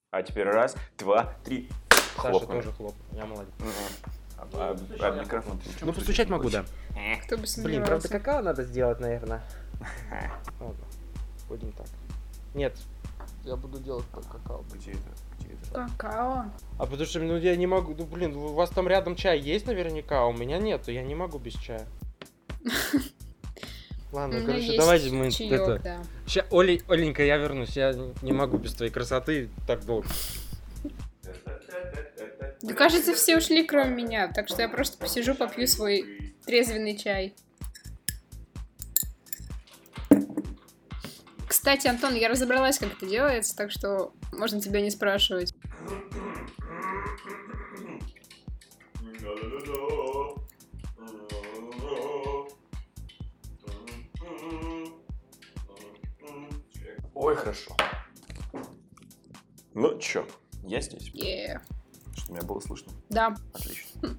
А теперь раз, два, три. Саша Хлопнули. тоже хлоп. Я молодец. А микрофон ты Ну, постучать могу, да. Кто бы Блин, правда, сомневался. какао надо сделать, наверное. Ладно, будем так. Нет, я буду делать по какао. Где это? Какао. А потому что, ну, я не могу, ну, блин, у вас там рядом чай есть наверняка, а у меня нет, я не могу без чая. Ладно, У меня короче, есть давайте мы чаёк, это... да. Ща, Оленька, я вернусь, я не могу без твоей красоты так долго. Да кажется, все ушли, кроме меня, так что я просто посижу, попью свой трезвенный чай. Кстати, Антон, я разобралась, как это делается, так что можно тебя не спрашивать. Ой, хорошо. Ну чё, я здесь. Yeah. Что меня было слышно? Да. Отлично.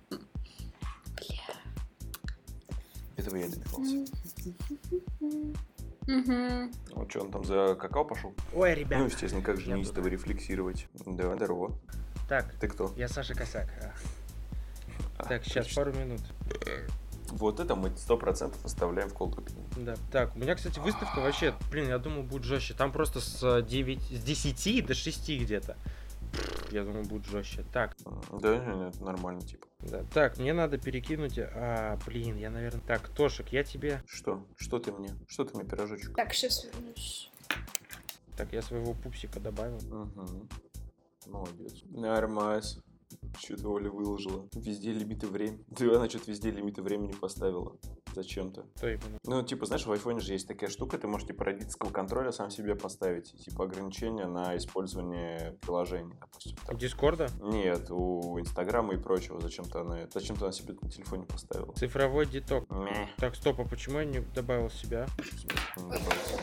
Этого я добивался. Угу. Ну что, он там за какао пошел? Ой, Ну, ребят. естественно, как же Я неистово рефлексировать. Да, здорово. Так, Ты кто? я Саша Косяк. Так, сейчас, отлично. пару минут. Вот это мы 100% оставляем в cold opening. Да. Так, у меня, кстати, выставка вообще, блин, я думал, будет жестче. Там просто с 10 до 6 где-то. Я думал, будет жестче. Так, Да, нет, нормально, типа. да. Так, мне надо перекинуть. Блин, я, наверное. Так, Тошек, я тебе. Что? Что ты мне? Что ты мне, пирожочек? Так, сейчас вернусь. Так, я своего пупсика добавил. Угу. Молодец. Нормас. Что-то Оля выложила. Везде лимиты времени. Да, она что-то везде лимиты времени поставила. Зачем-то. Что именно? Ну, типа, знаешь, в айфоне же есть такая штука, ты можешь, типа, родительского контроля сам себе поставить. Типа, ограничения на использование приложений, допустим. У Там. Дискорда? Нет, у Инстаграма и прочего. Зачем-то она себе на телефоне поставила. Цифровой деток. Мeh. Так, стоп, а почему я не добавил себя? Не добавился.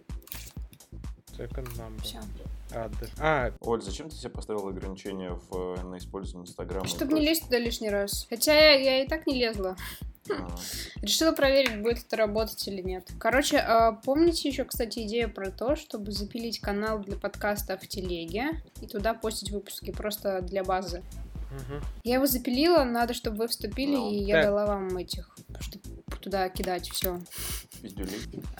Second number. Все. Оль, зачем ты себе поставила ограничения на использование Инстаграма? Чтобы не лезть туда лишний раз. Хотя я и так не лезла. Решила проверить, будет это работать или нет. Короче, помните еще, кстати, идею про то, чтобы запилить канал для подкаста в телеге и туда постить выпуски просто для базы. Я его запилила, надо, чтобы вы вступили, Ну, и я так. дала вам этих, чтобы туда кидать все. Пиздюлей.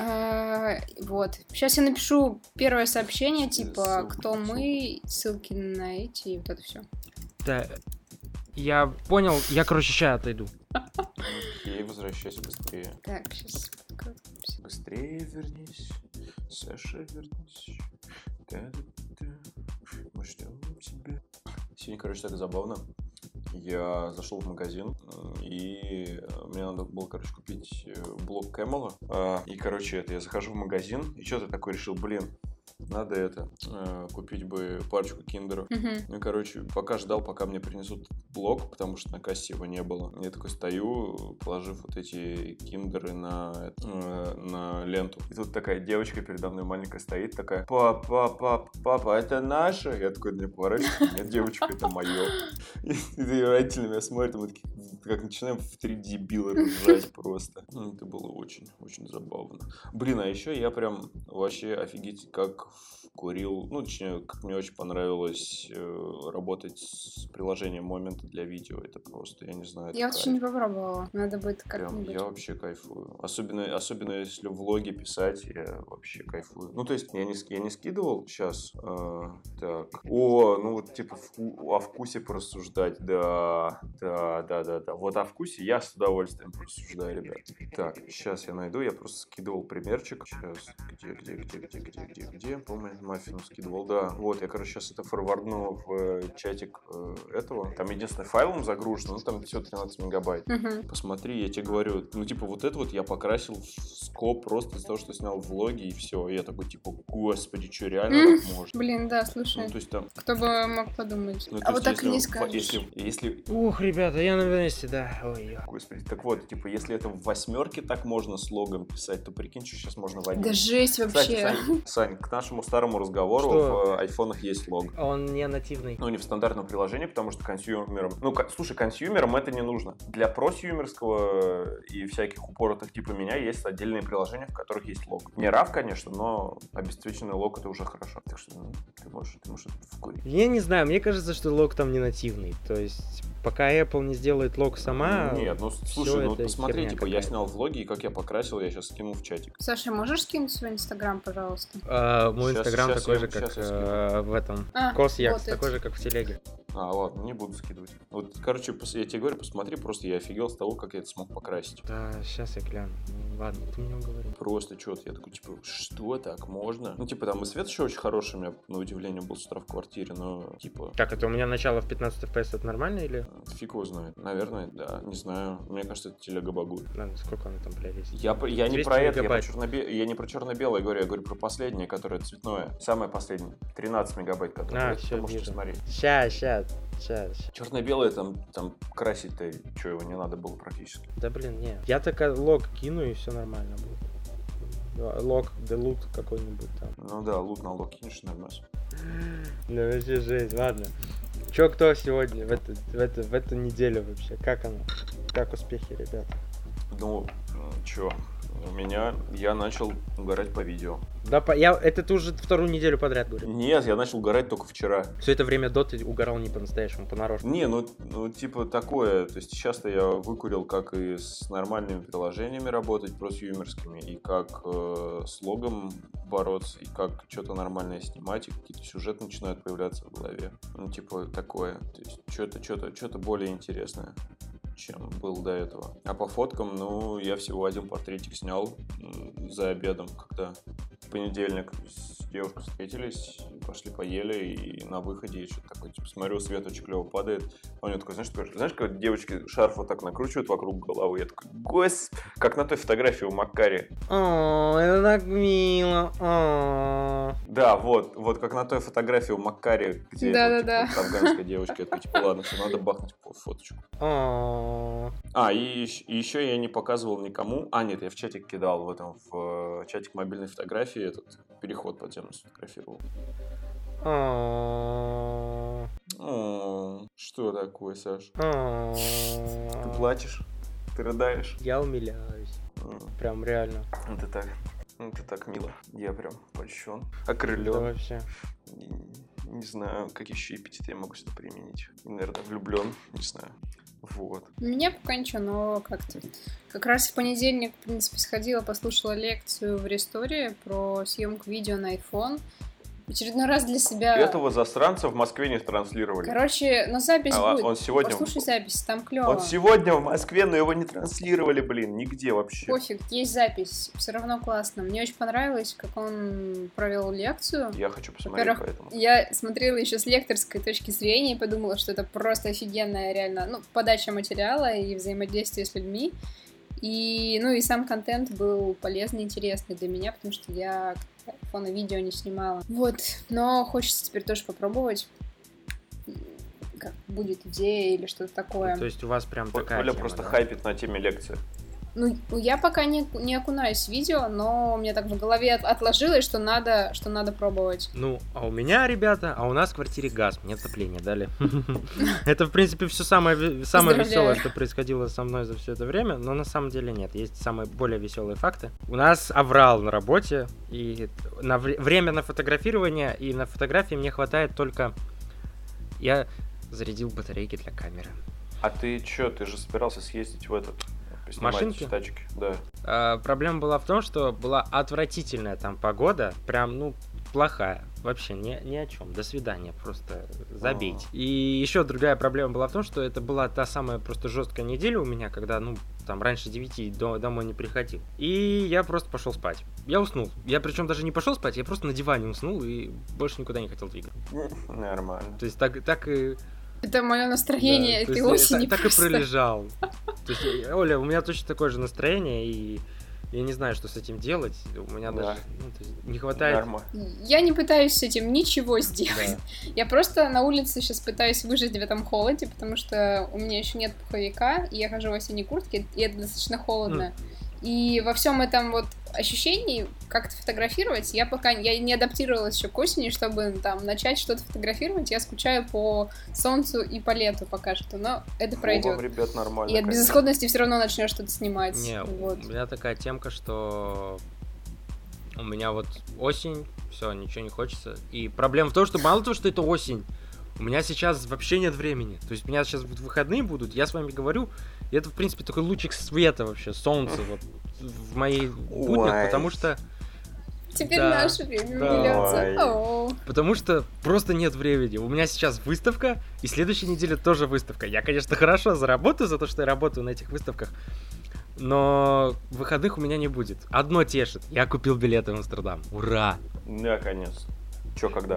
Вот. Сейчас я напишу первое сообщение, типа, Ссылки кто на мы, ссылки на эти, и вот это все. Да, я понял, я, короче, сейчас отойду. Окей, возвращайся быстрее. Так, сейчас откроемся. Быстрее вернись. Саша, вернись. Да-да-да. Мы ждем тебя. Сегодня, короче, так забавно. Я зашел в магазин, и мне надо было, короче, купить блок Camel. И, короче, я захожу в магазин, и что-то такой решил, блин, надо купить бы парочку киндеров. Ну, короче, пока ждал, пока мне принесут блок, потому что на кассе его не было. Я такой стою, положив вот эти киндеры на ленту. И тут такая девочка передо мной маленькая стоит, такая: папа, это наше? Я такой на нее поворачиваюсь: нет, девочка, это мое. И родители меня смотрят, и мы такие, как начинаем в 3 дебила ржать просто. Это было очень, очень забавно. Блин, а еще я прям вообще офигеть как курил, ну, точнее, как мне очень понравилось работать с приложением Момента для видео. Это просто, я не знаю, это Я вот кайф. еще не попробовала. Надо будет Прям, как-нибудь. я вообще кайфую. Особенно если влоги писать, я вообще кайфую. Ну, то есть, я не скидывал сейчас. Так. Ну вот, типа, о вкусе порассуждать. Да. Вот о вкусе я с удовольствием порассуждаю, ребят. Так, сейчас я найду. Я просто скидывал примерчик. Сейчас. Где? По-моему, маффину скидывал. Да. Вот, я, короче, сейчас это форвардну в чатик этого. Там единственный файлом загружено, ну, там всего 13 мегабайт. Посмотри, я тебе говорю, ну, типа, вот это вот я покрасил в скоп просто из-за того, что снял влоги, и все. И я такой, типа, господи, что, реально так можно? Блин, да, слушай. Ну, то есть там... Кто бы мог подумать. Ну, то А вот есть, так и не скажешь. Если... Ух, ребята, я на месте, да. Ой. Господи, так вот, типа, если это в 8 так можно с логом писать, то прикинь, что сейчас можно в 1. Да жесть Кстати, вообще. Сань, к нашему нашему старому разговору, Что? в айфонах есть лог. Он не нативный. Ну, не в стандартном приложении, потому что консюмерам... Ну, слушай, консюмерам это не нужно. Для просюмерского и всяких упоротых типа меня есть отдельные приложения, в которых есть лог. Не RAW, конечно, но обесцвеченный лог — это уже хорошо. Так что ты можешь это вкурить. Я не знаю, мне кажется, что лог там не нативный. То есть, пока Apple не сделает лог сама... Нет, ну, слушай, ну, это посмотри, херня типа, я какая-то. снял влоги, и как я покрасил, я сейчас скинул в чатик. Саша, можешь скинуть свой Инстаграм, пожалуйста? Мой Щас- Инстаграм щас такой я- же, как щас я скину. в этом. А, Косякс, вот такой это. же, как в телеге. Ладно, не буду скидывать. Вот, короче, я тебе говорю, посмотри, просто я офигел с того, как я это смог покрасить. Да, сейчас я гляну. Ну, ладно, ты мне уговори. Просто что-то. Я такой, типа, что, так можно? Ну, типа, там и свет еще очень хороший у меня, на удивление, был с утра в квартире, но, типа, Так, это у меня начало в 15 FPS, это нормально или... фиг его знает. Наверное, да, не знаю. Мне кажется, это телега багует. Ладно, сколько оно там, бля, весит? Я не 200 про это, мегабайт. я не про черно-белое говорю, я говорю про последнее, которое цветное. Самое последнее. 13 мегабайт, которое всё, ты можешь вижу. посмотреть. Щас. Черно-белое там красить-то, что его не надо было практически. Да блин, не. Я так лог кину и все нормально будет. Лог, да лут какой-нибудь там. Ну да, лут на лог кинешь, нормально. Да вообще жесть, ладно. Чё, кто сегодня, в эту неделю вообще? Как оно? Как успехи, ребят? Ну, чё, я начал угорать по видео. Да, это ты уже вторую неделю подряд говорю. Нет, я начал угорать только вчера. Все это время до ты угорал не по-настоящему, понарошку. Не, ну типа такое, то есть сейчас-то я выкурил, как и с нормальными приложениями работать, просюмерскими, и как с логом бороться, и как что-то нормальное снимать, и какие-то сюжеты начинают появляться в голове. Ну, типа такое, то есть что-то более интересное, чем был до этого. А по фоткам, ну, я всего один портретик снял за обедом, когда в понедельник с девушкой встретились, пошли поели, и на выходе я что-то такое, типа, смотрю, свет очень клево падает. А у нее такой, знаешь, когда девочки шарф вот так накручивают вокруг головы, я такой, как на той фотографии у Маккари. О, это так мило. Да, вот как на той фотографии у Маккари, где Да-да-да. типа, афганская девочка, я такой, типа, ладно, все, надо бахнуть фоточку. И еще я не показывал никому. Нет, я в чатик кидал в чатик мобильной фотографии этот переход подземный сфотографировал. Что такое, Саш? Ты плачешь? Ты рыдаешь? Я умиляюсь. Прям реально. Это так мило. Я прям польщен. Да Окрылен. вообще. Не знаю, какие еще эпитеты я могу сюда применить. Наверное, влюблен, не знаю. Вот. У меня пока ничего, но как-то. Как раз в понедельник, в принципе, сходила, послушала лекцию в Ресторе про съемку видео на iPhone. В очередной раз для себя... Этого засранца в Москве не транслировали. Короче, но запись будет. Он сегодня... Послушай запись, там клево. Он сегодня в Москве, но его не транслировали, нигде вообще. Пофиг, есть запись, все равно классно. Мне очень понравилось, как он провел лекцию. Я хочу посмотреть, Во-первых, поэтому. я смотрела еще с лекторской точки зрения и подумала, что это просто офигенная реально, подача материала и взаимодействие с людьми. И сам контент был полезный, интересный для меня, потому что я фоно-видео не снимала. Вот, но хочется теперь тоже попробовать, как будет идея или что-то такое. То есть у вас прям такая Оля тема, просто да? хайпит на теме лекции. Я пока не окунаюсь в видео, но у меня так в голове отложилось, что надо пробовать. А у меня, ребята, у нас в квартире газ, мне отопление дали. Это, в принципе, все самое веселое, что происходило со мной за все это время, но на самом деле нет. Есть самые более веселые факты. У нас аврал на работе, и на время на фотографирование и на фотографии мне хватает только... Я зарядил батарейки для камеры. А ты же собирался съездить в этот... Машинки? Тачки, да. Проблема была в том, что была отвратительная там погода, прям, плохая. Вообще ни о чем. До свидания, просто забейте. И еще другая проблема была в том, что это была та самая просто жесткая неделя у меня, когда, там раньше 9 домой не приходил. И я просто пошел спать. Я уснул. Я причем даже не пошел спать, я просто на диване уснул и больше никуда не хотел двигаться. Нормально. То есть так и... Это мое настроение этой осени. Так и пролежал. То есть, Оля, у меня точно такое же настроение, и я не знаю, что с этим делать. У меня даже не хватает... Нормально. Я не пытаюсь с этим ничего сделать. Да. Я просто на улице сейчас пытаюсь выжить в этом холоде, потому что у меня еще нет пуховика, и я хожу в осенней куртке, и это достаточно холодно. И во всем этом вот ощущении как-то фотографировать, я не адаптировалась еще к осени, чтобы там начать что-то фотографировать. Я скучаю по солнцу и по лету пока что, но это пройдет. Ребят, нормально. И от безысходности все равно начнешь что-то снимать. Не, вот. У меня такая темка, что у меня вот осень, все, ничего не хочется. И проблема в том, что мало того, что это осень, у меня сейчас вообще нет времени. То есть у меня сейчас выходные будут, я с вами говорю, и это, в принципе, такой лучик света вообще, солнца вот в моей буднях, потому что... Теперь наше время берется. Потому что просто нет времени. У меня сейчас выставка, и следующей неделе тоже выставка. Я, конечно, хорошо заработаю за то, что я работаю на этих выставках, но выходных у меня не будет. Одно тешит. Я купил билеты в Амстердам. Ура! Наконец. Чё, когда?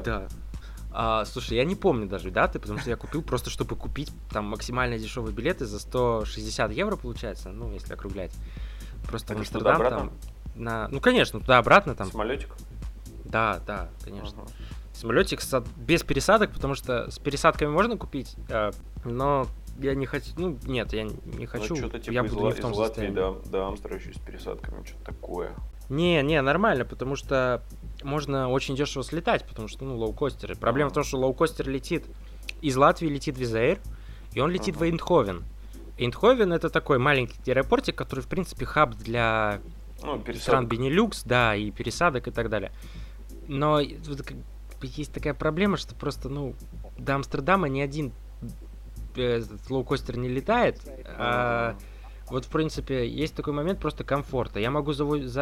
Да. Слушай, я не помню даже даты, потому что я купил просто, чтобы купить там максимально дешевые билеты за 160 евро, получается, ну, если округлять. Просто в Амстердам там... Ну, конечно, туда-обратно там. Самолетик? Да, конечно. Самолетик без пересадок, потому что с пересадками можно купить, но я не хочу... Ну, нет, я не хочу. Ну, что-то типа я буду не в том из Латвии состоянии. до Амстера еще с пересадками, что-то такое. Не, нормально, потому что можно очень дешево слетать, потому что, ну, лоукостеры. Проблема в том, что лоукостер летит из Латвии, летит в Визаэр, и он летит в Эйндховен. Эйндховен — это такой маленький аэропортик, который, в принципе, хаб для стран Бенилюкс, да, и пересадок и так далее. Но есть такая проблема, что просто, ну, до Амстердама ни один лоукостер не летает. Вот, в принципе, есть такой момент просто комфорта. Я могу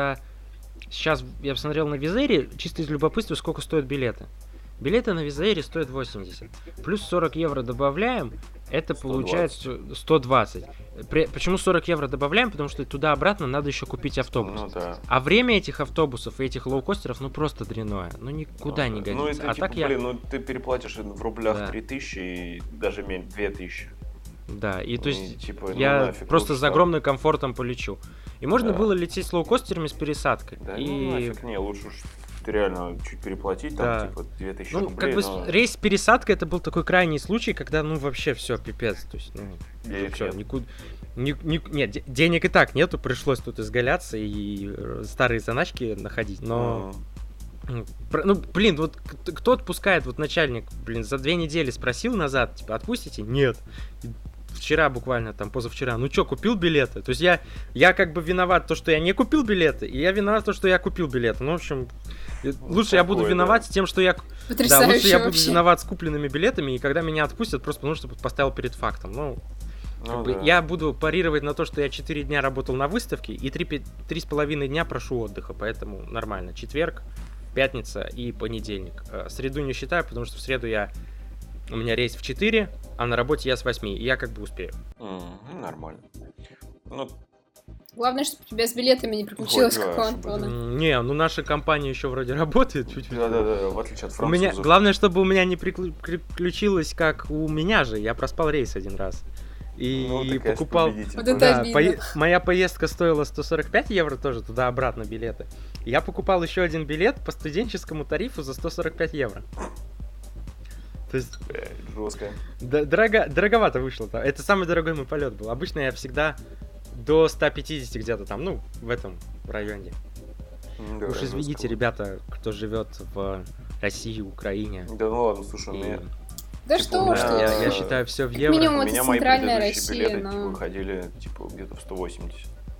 Сейчас я посмотрел на Визаэре, чисто из любопытства, сколько стоят билеты. Билеты на Визаэре стоят 80. Плюс 40 евро добавляем, это 120. Получается 120. Почему 40 евро добавляем? Потому что туда-обратно надо еще купить автобус. Ну, да. А время этих автобусов и этих лоукостеров, ну, просто дрянное. Ну, никуда не годится. Ну, это а типа, так ты переплатишь в рублях 3000 и даже 2000. Да, и то есть типа, я просто с огромным комфортом полечу. И можно было лететь с лоукостерами с пересадкой. Да, ну нафиг не, лучше уж ты реально чуть переплатить, там, типа, 2000 рублей. Как бы рейс с пересадкой — это был такой крайний случай, когда, ну, вообще все пипец. То есть, ну, все, никуда... Нет, денег и так нету, пришлось тут изгаляться и старые заначки находить, но... Ну, блин, вот кто отпускает, вот начальник, блин, за 2 недели спросил назад, типа, отпустите? Нет. Вчера буквально, там, позавчера, ну чё, купил билеты? То есть я как бы виноват то, что я не купил билеты, и я виноват то, что я купил билеты. Ну, в общем, лучше я буду виноват с тем, что я... Да, лучше я буду виноват с купленными билетами, и когда меня отпустят, просто потому что поставил перед фактом. Ну, я буду парировать на то, что я 4 дня работал на выставке, и 3,5 дня прошу отдыха, поэтому нормально. Четверг, пятница и понедельник. Среду не считаю, потому что в среду у меня рейс в 4, а на работе я с 8, и я как бы успею. Нормально. Главное, чтобы у тебя с билетами не приключилось, как у Антона. Не, ну наша компания еще вроде работает чуть-чуть. Да, в отличие от французов. Главное, чтобы у меня не приключилось, как у меня же. Я проспал рейс один раз. И покупал... Вот это моя поездка стоила 145 евро тоже, туда-обратно билеты. И я покупал еще один билет по студенческому тарифу за 145 евро. То есть... Жестко. Дороговато вышло. Это самый дорогой мой полет был. Обычно я всегда до 150 где-то там, ну, в этом районе. Да, уж извините, ребята, кто живет в России, Украине. Да ну ладно, слушай, мне... Да типа, что? Я считаю, все в евро. Минимум У это меня мои центральная предыдущие Россия, билеты но... выходили типа где-то в 180.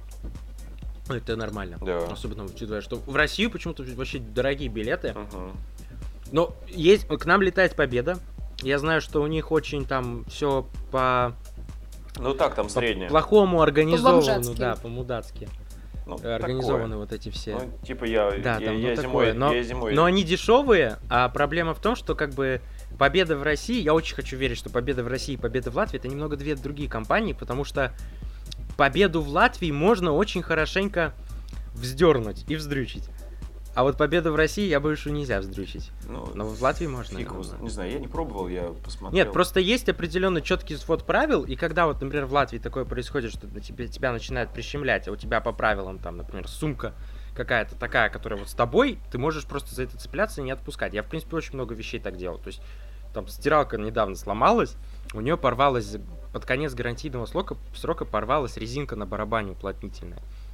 Это нормально. Да. Особенно учитывая, что в Россию почему-то вообще дорогие билеты. Но к нам летает Победа. Я знаю, что у них очень там все по... Ну так, там среднее. Плохому организовано, да, по-мудацки. Ну, организованы такое. Вот эти все. Ну, типа я зимой. Но они дешевые, а проблема в том, что как бы Победа в России, я очень хочу верить, что Победа в России и Победа в Латвии — это немного две другие компании, потому что Победу в Латвии можно очень хорошенько вздернуть и вздрючить. А вот Победу в России, я боюсь, что нельзя вздрючить. Но в Латвии можно. Не знаю, я не пробовал, я посмотрел. Нет, просто есть определенный четкий свод правил, и когда вот, например, в Латвии такое происходит, что тебя начинают прищемлять, а у тебя по правилам, там, например, сумка какая-то такая, которая вот с тобой, ты можешь просто за это цепляться и не отпускать. Я, в принципе, очень много вещей так делал. То есть, там, стиралка недавно сломалась, у нее порвалась, под конец гарантийного срока порвалась резинка на барабане уплотнительная.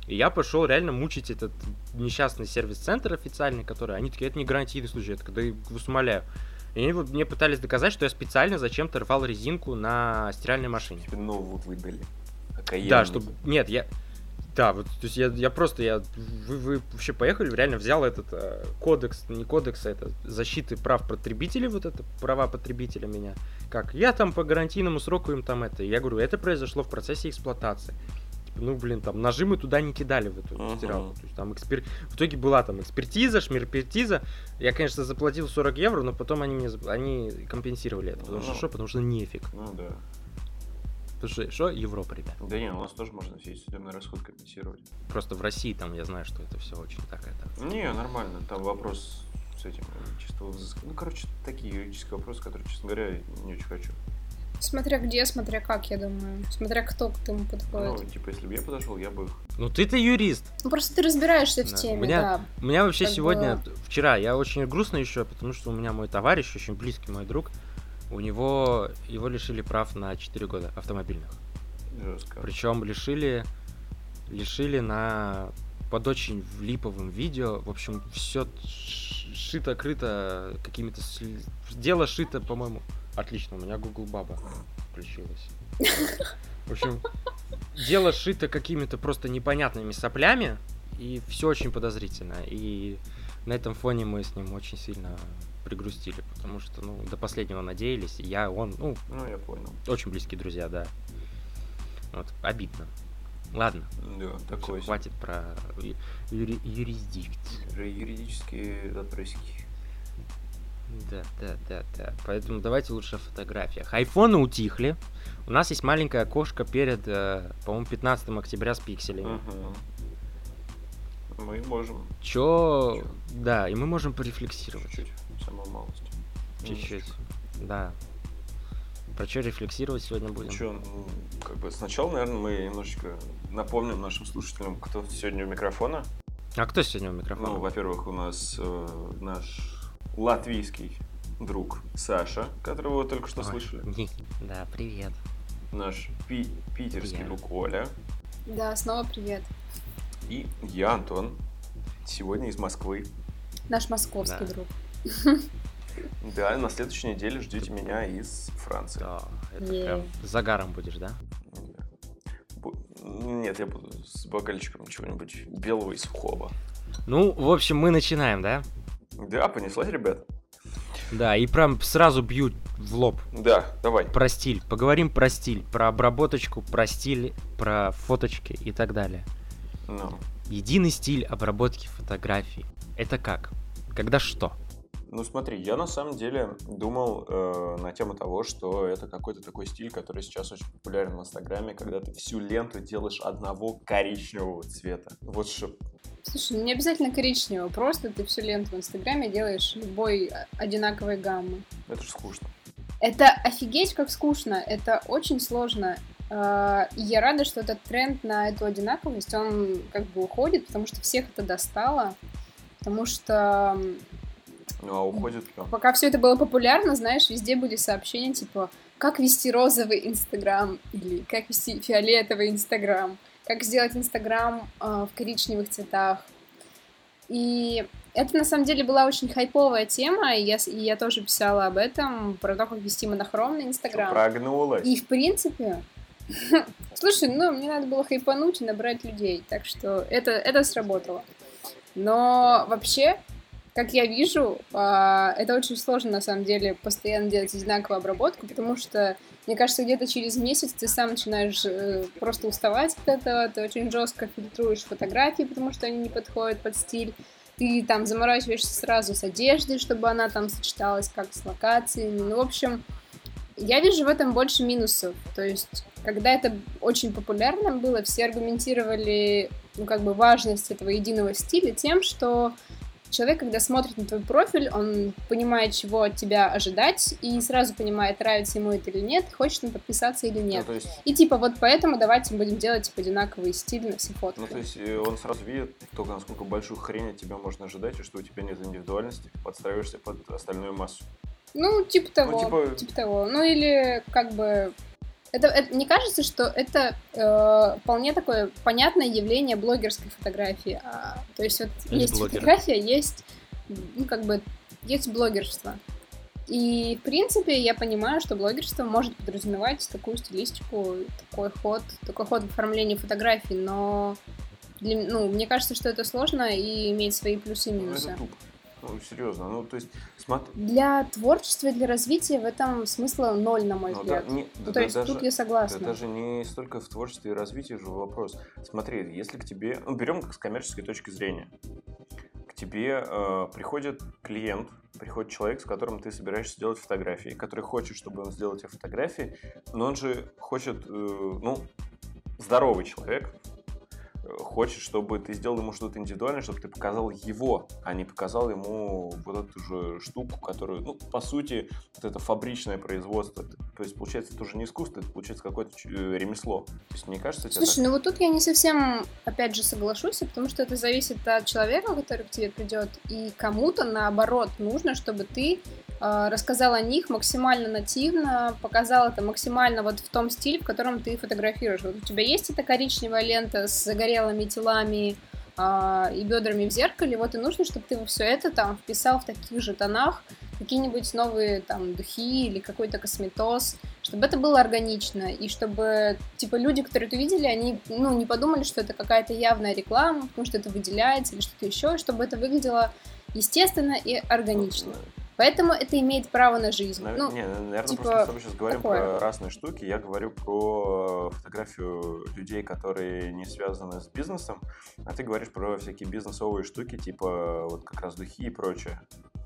И я пошел реально мучить этот несчастный сервис-центр официальный, который... Они такие, это не гарантийный случай, я такой, да вас умоляю. И они мне пытались доказать, что я специально зачем-то рвал резинку на стиральной машине. Тебе новую выдали. Да, чтобы... Нет, я... Да, вот, то есть я просто... Вы вообще поехали, реально взял этот кодекс, не кодекс, а это защиты прав потребителей, вот это, права потребителя меня. Как? Я там по гарантийному сроку им там это. Я говорю, это произошло в процессе эксплуатации. Ну, блин, там ножи мы туда не кидали в эту стиралку. То есть, там В итоге была там экспертиза, шмерпертиза. Я, конечно, заплатил 40 евро, но потом они компенсировали это. Потому что Потому что нефиг. Ну да. Потому что Европа, ребят. Да не, у нас тоже можно все судебный расход компенсировать. Просто в России там я знаю, что это все очень так это. Не, нормально. Там вопрос с этим чистого взыскания. Ну, короче, такие юридические вопросы, которые, честно говоря, не очень хочу. Смотря где, смотря как, я думаю. Смотря кто к этому подходит. Ну, типа, если бы я подошел, я бы... Ну, ты-то юрист. Ну, просто ты разбираешься в теме, да. У меня вообще как сегодня, вчера, я очень грустно еще, потому что у меня мой товарищ, очень близкий мой друг, его лишили прав на 4 года автомобильных. Жестко. Причем лишили под очень липовым видео. В общем, все шито-крыто какими-то... Дело шито, по-моему... Отлично, у меня Google Баба включилась. В общем, дело шито какими-то просто непонятными соплями, и все очень подозрительно. И на этом фоне мы с ним очень сильно пригрустили, потому что, до последнего надеялись, он, я понял. Очень близкие друзья, да. Вот, обидно. Ладно. Да, такое. Хватит про юрисдикцию. Юридические запросики. Да. Поэтому давайте лучше о фотографиях. Айфоны утихли. У нас есть маленькое окошко перед, по-моему, 15 октября с пикселями. Мы можем. Да, и мы можем порефлексировать. Чуть-чуть. Самую малость. Чуть-чуть. Да. Про что рефлексировать сегодня будем? Сначала, наверное, мы немножечко напомним нашим слушателям, кто сегодня у микрофона. А кто сегодня у микрофона? Ну, во-первых, у нас наш латвийский друг Саша, которого вы только что слышали. Да, привет. Наш питерский друг Оля. Да, снова привет. И я, Антон, сегодня из Москвы. Наш московский друг. Да, на следующей неделе ждите меня из Франции. Да, это прям загаром будешь, да? Нет, я буду с бокальчиком чего-нибудь белого и сухого. Ну, в общем, мы начинаем, да? Да, понеслась, ребят. Да, и прям сразу бью в лоб. Да, давай. Про стиль. Поговорим про стиль, про обработочку, про стиль, про фоточки и так далее. Единый стиль обработки фотографий. Это как? Когда что? Ну смотри, я на самом деле думал на тему того, что это какой-то такой стиль, который сейчас очень популярен в Инстаграме, когда ты всю ленту делаешь одного коричневого цвета. Вот что. Слушай, не обязательно коричневого, просто ты всю ленту в Инстаграме делаешь любой одинаковой гаммы. Это же скучно. Это офигеть как скучно, это очень сложно. И я рада, что этот тренд на эту одинаковость, он как бы уходит, потому что всех это достало, потому что... Ну, а уходит кто? Пока все это было популярно, знаешь, везде были сообщения, типа, как вести розовый Инстаграм, или как вести фиолетовый Инстаграм, как сделать Инстаграм в коричневых цветах. И это, на самом деле, была очень хайповая тема, и я тоже писала об этом, про то, как вести монохромный Инстаграм. Прогнулась. И, в принципе... Слушай, мне надо было хайпануть и набрать людей, так что это сработало. Но вообще... Как я вижу, это очень сложно, на самом деле, постоянно делать одинаковую обработку, потому что, мне кажется, где-то через месяц ты сам начинаешь просто уставать от этого, ты очень жестко фильтруешь фотографии, потому что они не подходят под стиль, ты там заморачиваешься сразу с одеждой, чтобы она там сочеталась как с локациями. Ну, в общем, я вижу в этом больше минусов. То есть, когда это очень популярно было, все аргументировали, важность этого единого стиля тем, что человек, когда смотрит на твой профиль, он понимает, чего от тебя ожидать, и сразу понимает, нравится ему это или нет, хочет он подписаться или нет. Ну, и вот поэтому давайте будем делать одинаковый стиль на все фотки. Ну, то есть он сразу видит только, насколько большую хрень от тебя можно ожидать, и что у тебя нет индивидуальности, ты подстраиваешься под остальную массу. Ну, типа того. Ну, или Мне кажется, что это вполне такое понятное явление блогерской фотографии. То есть вот есть фотография, есть, ну, как бы, есть блогерство. И, в принципе, я понимаю, что блогерство может подразумевать такую стилистику, такой ход в оформлении фотографий, но мне кажется, что это сложно и имеет свои плюсы и минусы. Это тупо. Ну, серьезно. Ну, то есть, смотри. Для творчества и для развития в этом смысла ноль, на мой взгляд. То есть, тут я согласна. Это даже не столько в творчестве и развитии же вопрос. Смотри, если к тебе... Ну, берем с коммерческой точки зрения. К тебе приходит клиент, приходит человек, с которым ты собираешься сделать фотографии, который хочет, чтобы он сделал тебе фотографии, но он же хочет, здоровый человек, хочет, чтобы ты сделал ему что-то индивидуальное, чтобы ты показал его, а не показал ему вот эту же штуку, которую, по сути, вот это фабричное производство. То есть, получается, это уже не искусство, это, получается, какое-то ремесло. То есть, мне кажется, Слушай, вот тут я не совсем, опять же, соглашусь, потому что это зависит от человека, который к тебе придет, и кому-то, наоборот, нужно, чтобы ты рассказал о них максимально нативно, показал это максимально вот в том стиле, в котором ты фотографируешь. Вот у тебя есть эта коричневая лента с загорелыми телами и бедрами в зеркале, вот и нужно, чтобы ты все это там вписал в таких же тонах, какие-нибудь новые там духи или какой-то косметоз, чтобы это было органично, и чтобы, типа, люди, которые это увидели, они, не подумали, что это какая-то явная реклама, потому что это выделяется или что-то еще, чтобы это выглядело естественно и органично. Поэтому это имеет право на жизнь. Наверное, просто мы с тобой сейчас говорим про разные штуки. Я говорю про фотографию людей, которые не связаны с бизнесом, а ты говоришь про всякие бизнесовые штуки, типа вот как раз духи и прочее.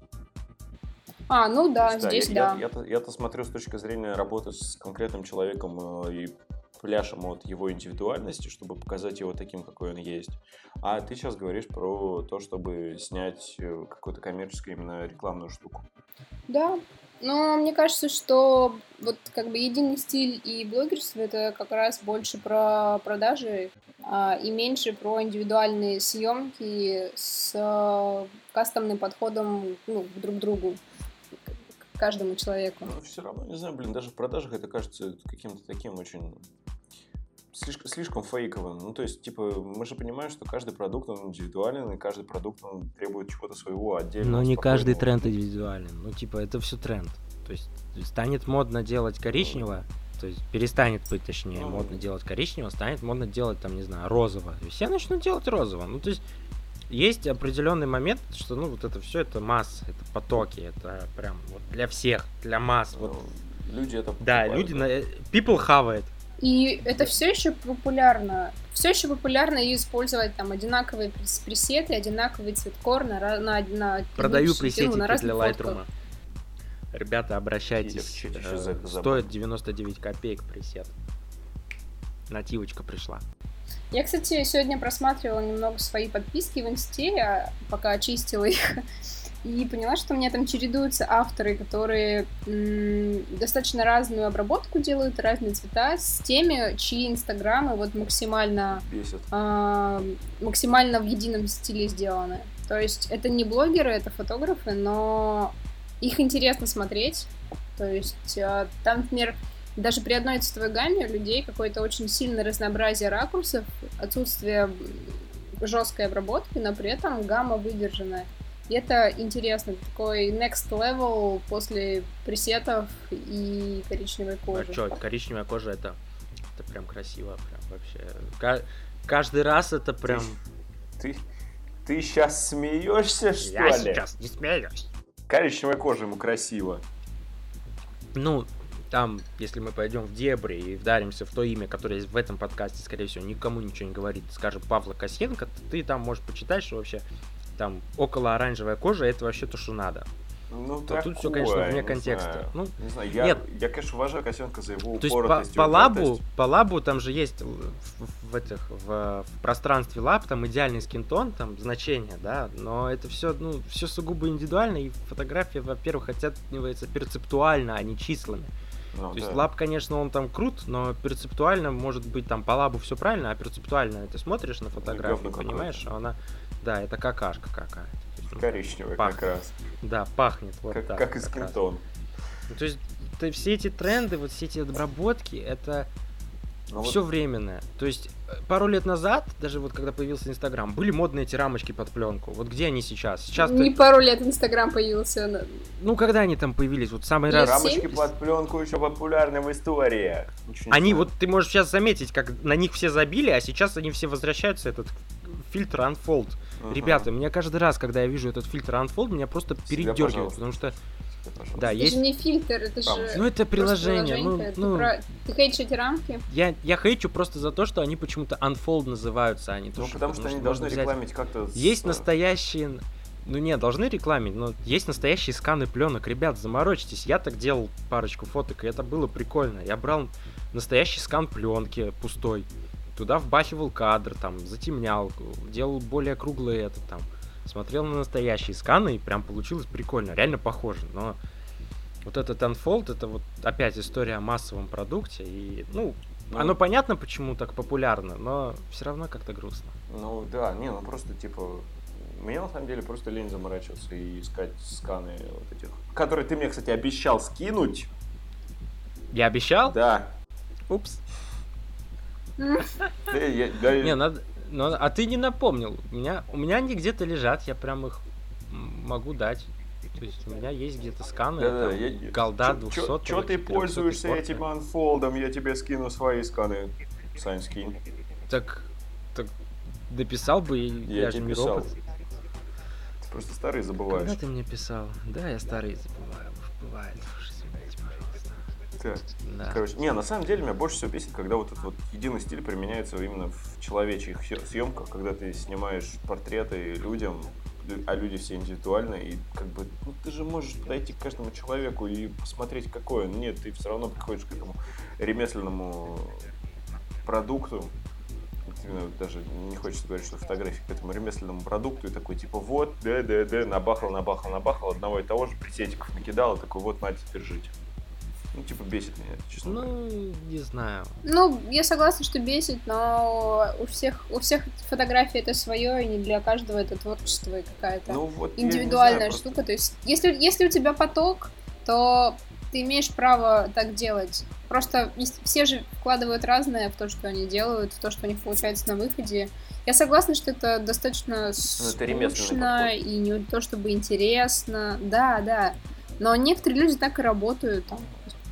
Здесь да. Я-то смотрю с точки зрения работы с конкретным человеком и пляшем от его индивидуальности, чтобы показать его таким, какой он есть. А ты сейчас говоришь про то, чтобы снять какую-то коммерческую, именно рекламную штуку. Да, но мне кажется, что вот как бы единый стиль и блогерство — это как раз больше про продажи и меньше про индивидуальные съемки с кастомным подходом друг к другу, к каждому человеку. Но все равно, не знаю, даже в продажах это кажется каким-то таким очень... Слишком фейковым. То есть, типа, мы же понимаем, что каждый продукт, он индивидуален, и каждый продукт, он требует чего-то своего отдельного. Но не каждый тренд индивидуален. Это все тренд. То есть, станет модно делать коричневое, то есть, перестанет быть, точнее, модно делать коричневое, станет модно делать, там, не знаю, розово. И все начнут делать розово. То есть, есть определенный момент, что, вот это все, это масса, это потоки, это прям вот для всех, для масс. Люди это... Да, люди... People have it. И это все еще популярно. Все еще популярно использовать там одинаковые пресеты, одинаковый цветкор на продаю пресетики для Lightroom. Ребята, обращайтесь. Стоит 99 копеек пресет. Нативочка пришла. Я, кстати, сегодня просматривала немного свои подписки в Инсте, пока очистила их. И поняла, что у меня там чередуются авторы, которые достаточно разную обработку делают, разные цвета, с теми, чьи инстаграмы вот максимально в едином стиле сделаны. То есть это не блогеры, это фотографы, но их интересно смотреть. То есть там, например, даже при одной цветовой гамме у людей какое-то очень сильное разнообразие ракурсов, отсутствие жесткой обработки, но при этом гамма выдержанная. И это интересно, такой next level после пресетов и коричневой кожи. А что, коричневая кожа это прям красиво, прям вообще. Каждый раз это прям... Ты сейчас смеешься, что ли? Я сейчас не смеюсь. Коричневая кожа ему красиво. Там, если мы пойдем в дебри и вдаримся в то имя, которое в этом подкасте, скорее всего, никому ничего не говорит, скажем, Павла Косенко, ты там можешь почитать, что вообще там около оранжевая кожа, это вообще то, что надо. Тут все, конечно, вне контекста. Не знаю, я, конечно, уважаю Косенко за его упоротость. То есть по лабу там же есть в пространстве лаб там идеальный скинтон, там значение, да, но это все, все сугубо индивидуально, и фотография, во-первых, оценивается перцептуально, а не числами. То есть лаб, конечно, он там крут, но перцептуально, может быть, там по лабу все правильно, а перцептуально ты смотришь на фотографию, понимаешь, а она, да, это какашка какая-то. Коричневая как раз. Да, пахнет вот так. Как и скинтон. То есть все эти тренды, вот все эти обработки, это все временное. То есть пару лет назад, даже вот когда появился Инстаграм, были модные эти рамочки под пленку. Вот где они сейчас? Не пару лет Инстаграм появился. Ну, когда они там появились? Вот самый раз. Рамочки под пленку еще популярны в историях. Они вот, ты можешь сейчас заметить, как на них все забили, а сейчас они все возвращаются, этот фильтр Unfold. Ребята, мне каждый раз, когда я вижу этот фильтр Unfold, меня просто передергивает, потому что да, это есть... же не фильтр, это же... Ну, это приложение. Ты хейтишь эти рамки? Я хейчу просто за то, что они почему-то Unfold называются, а не то, ну, потому что они должны рекламить как-то... Есть настоящие... Ну, нет, должны рекламить, но есть настоящие сканы пленок. Ребят, заморочитесь. Я так делал парочку фоток, и это было прикольно. Я брал настоящий скан пленки пустой, туда вбахивал кадр, там, затемнял, делал более круглые это там. Смотрел на настоящие сканы, и прям получилось прикольно, реально похоже. Но вот этот Unfold, это вот опять история о массовом продукте. И, оно понятно, почему так популярно, но все равно как-то грустно. Ну да, ну просто типа... Мне на самом деле просто лень заморачиваться и искать сканы вот этих, которые ты мне, кстати, обещал скинуть. Я обещал? Да. Упс. Не, надо... А ты не напомнил. У меня они где-то лежат, я прям их могу дать. То есть у меня есть где-то сканы, голда 200. Чё ты пользуешься этим анфолдом? Я тебе скину свои сканы. Сань, скинь. Так дописал бы, и я же не робот. Ты просто старые забываешь. Когда ты мне писал? Да, я старые забываю. Бывает. Извините, пожалуйста. Да. Короче, на самом деле меня больше всего бесит, когда вот этот вот единый стиль применяется именно в человечьих съемках, когда ты снимаешь портреты людям, а люди все индивидуальные, и как бы, ты же можешь подойти к каждому человеку и посмотреть, какой он. Нет, ты все равно подходишь к этому ремесленному продукту, даже не хочется говорить, что фотографии, к этому ремесленному продукту, и такой, типа, вот, набахал, одного и того же, пресетиков накидал, и такой, вот, на, теперь жить. Бесит меня это, честно говоря. Не знаю. Я согласна, что бесит, но у всех фотографии это свое, и не для каждого это творчество и какая-то индивидуальная штука. То есть, если у тебя поток, то ты имеешь право так делать. Просто все же вкладывают разное в то, что они делают, в то, что у них получается на выходе. Я согласна, что это достаточно скучно и не то чтобы интересно. Да. Но некоторые люди так и работают. Там.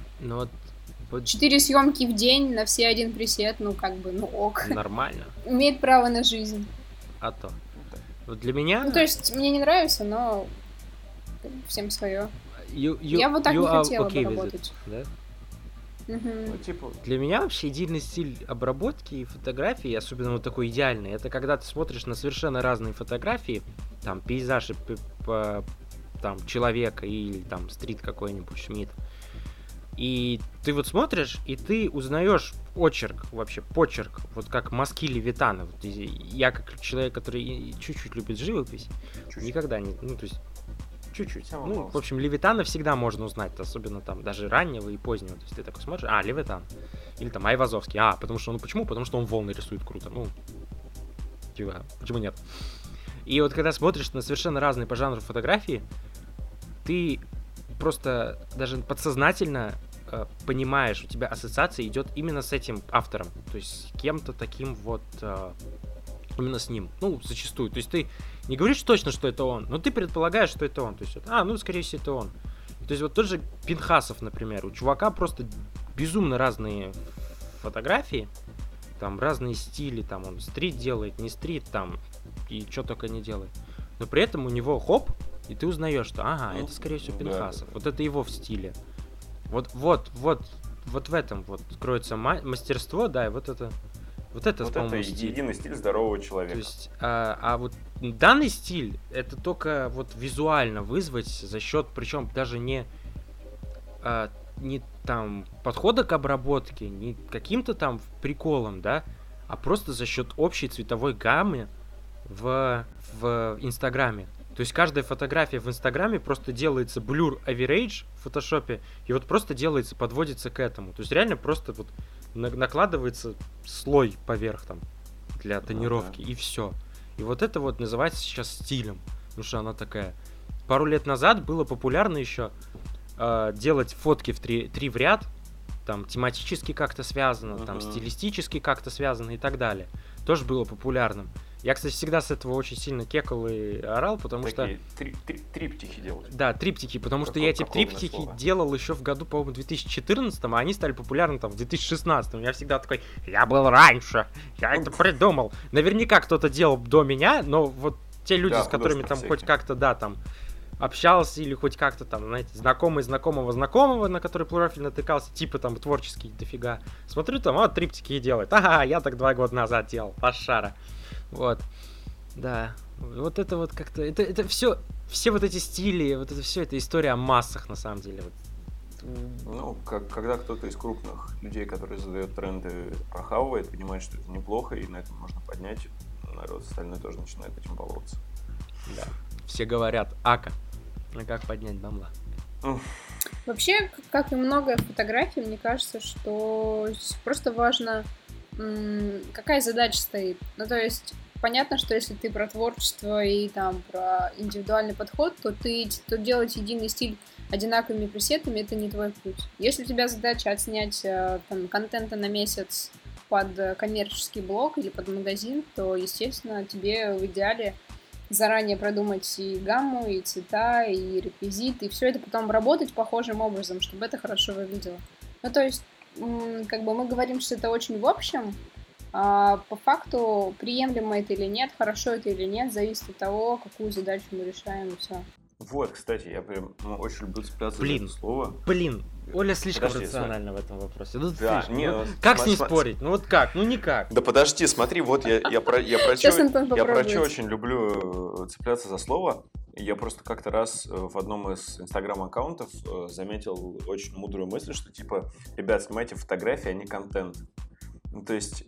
4 съемки в день на все один пресет, ок. Нормально. Имеет право на жизнь. А то. Вот для меня... то есть, мне не нравится, но всем свое. Я вот так не хотела бы работать. Да? Для меня вообще идеальный стиль обработки и фотографии, особенно вот такой идеальный, это когда ты смотришь на совершенно разные фотографии, там, пейзажи там, человека или там стрит какой-нибудь, Шмидт. И ты вот смотришь, и ты узнаешь почерк, вот как мазки Левитана. Вот я как человек, который чуть-чуть любит живопись, никогда не... то есть чуть-чуть. В общем, Левитана всегда можно узнать, особенно там даже раннего и позднего. То есть ты такой смотришь, Левитан. Или там Айвазовский. Потому что почему? Потому что он волны рисует круто. Почему нет? И вот когда смотришь на совершенно разные по жанру фотографии, ты просто даже подсознательно понимаешь, у тебя ассоциация идет именно с этим автором. То есть с кем-то таким вот именно с ним. Зачастую. То есть ты не говоришь точно, что это он, но ты предполагаешь, что это он. То есть, скорее всего, это он. То есть вот тот же Пинхасов, например. У чувака просто безумно разные фотографии, там разные стили, там он стрит делает, не стрит, там, и что только не делает. Но при этом у него хоп, и ты узнаешь, что это, скорее всего, Пинхасов. Вот это его в стиле. Вот в этом вот кроется мастерство, да, и вот это, по-моему, стиль. Единый стиль здорового человека. То есть, вот данный стиль, это только вот визуально вызвать за счет, причем даже не там подхода к обработке, не каким-то там приколом, да, а просто за счет общей цветовой гаммы в Инстаграме. То есть каждая фотография в Инстаграме просто делается blur average в фотошопе, и вот просто делается, подводится к этому. То есть реально просто вот накладывается слой поверх там для тонировки, и все. И вот это вот называется сейчас стилем, потому что она такая. Пару лет назад было популярно еще делать фотки в три в ряд, там тематически как-то связано, там стилистически как-то связано и так далее. Тоже было популярным. Я, кстати, всегда с этого очень сильно кекал и орал, потому такие что... триптихи делать. Да, триптихи, потому что я эти триптихи делал еще в году, по-моему, 2014, а они стали популярны там в 2016. Я всегда такой, я был раньше, я это придумал. Наверняка кто-то делал до меня, но вот те люди, с которыми там хоть как-то, да, там общался или хоть как-то там, знаете, знакомый знакомого, на который профиль натыкался, типа там творческий дофига. Смотрю, там, вот триптихи делает. Ага, я так 2 года назад делал, пошара. Вот, да, вот это вот как-то, это все вот эти стили, вот это все, это история о массах, на самом деле. Вот. Ну, когда кто-то из крупных людей, который задает тренды, прохавывает, понимает, что это неплохо, и на этом можно поднять, народ остальной тоже начинает этим баловаться. Да, все говорят, ака, а как поднять бабла? Вообще, как и многое в фотографии, мне кажется, что просто важно, какая задача стоит. Ну, то есть, понятно, что если ты про творчество и там про индивидуальный подход, то делать единый стиль одинаковыми пресетами — это не твой путь. Если у тебя задача отснять там контента на месяц под коммерческий блог или под магазин, то, естественно, тебе в идеале заранее продумать и гамму, и цвета, и реквизит, и все это потом работать похожим образом, чтобы это хорошо выглядело. Ну, то есть, как бы мы говорим, что это очень в общем, а по факту приемлемо это или нет, хорошо это или нет, зависит от того, какую задачу мы решаем, и все. Вот, кстати, я прям очень люблю цепляться за это слово. Оля слишком рациональна в этом вопросе. Ну, да, как с ней спорить? Ну вот как? Ну никак. Да подожди, смотри, вот я про что очень люблю цепляться за слово. Я просто как-то раз в одном из инстаграм-аккаунтов заметил очень мудрую мысль, что типа, ребят, снимайте фотографии, а не контент. Ну, то есть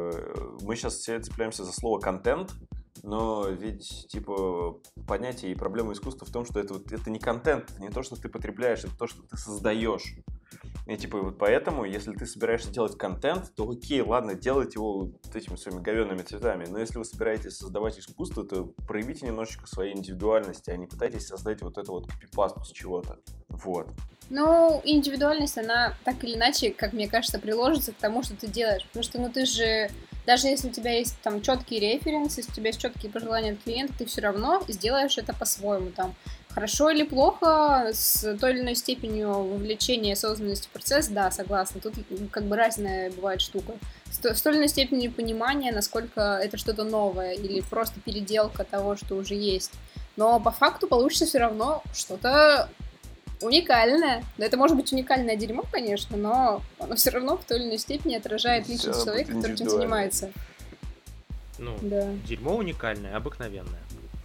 мы сейчас все цепляемся за слово контент, но ведь, типа, понятие и проблема искусства в том, что это не контент, это не то, что ты потребляешь, это то, что ты создаешь. И, типа, вот поэтому, если ты собираешься делать контент, то окей, ладно, делайте его вот этими своими говёными цветами, но если вы собираетесь создавать искусство, то проявите немножечко своей индивидуальности, а не пытайтесь создать вот это вот копипасту с чего-то. Вот. Ну, индивидуальность, она так или иначе, как мне кажется, приложится к тому, что ты делаешь. Потому что, ну, ты же, даже если у тебя есть там четкий референс, если у тебя есть четкие пожелания от клиента, ты все равно сделаешь это по-своему. Там, хорошо или плохо, с той или иной степенью вовлечения и осознанности в процесс, да, согласна. Тут как бы разная бывает штука. С той или иной степенью понимания, насколько это что-то новое или просто переделка того, что уже есть. Но по факту получится все равно что-то уникальное. Да, это может быть уникальное дерьмо, конечно, но оно все равно в той или иной степени отражает личность человека, который этим занимается. Ну, да. Дерьмо уникальное, обыкновенное.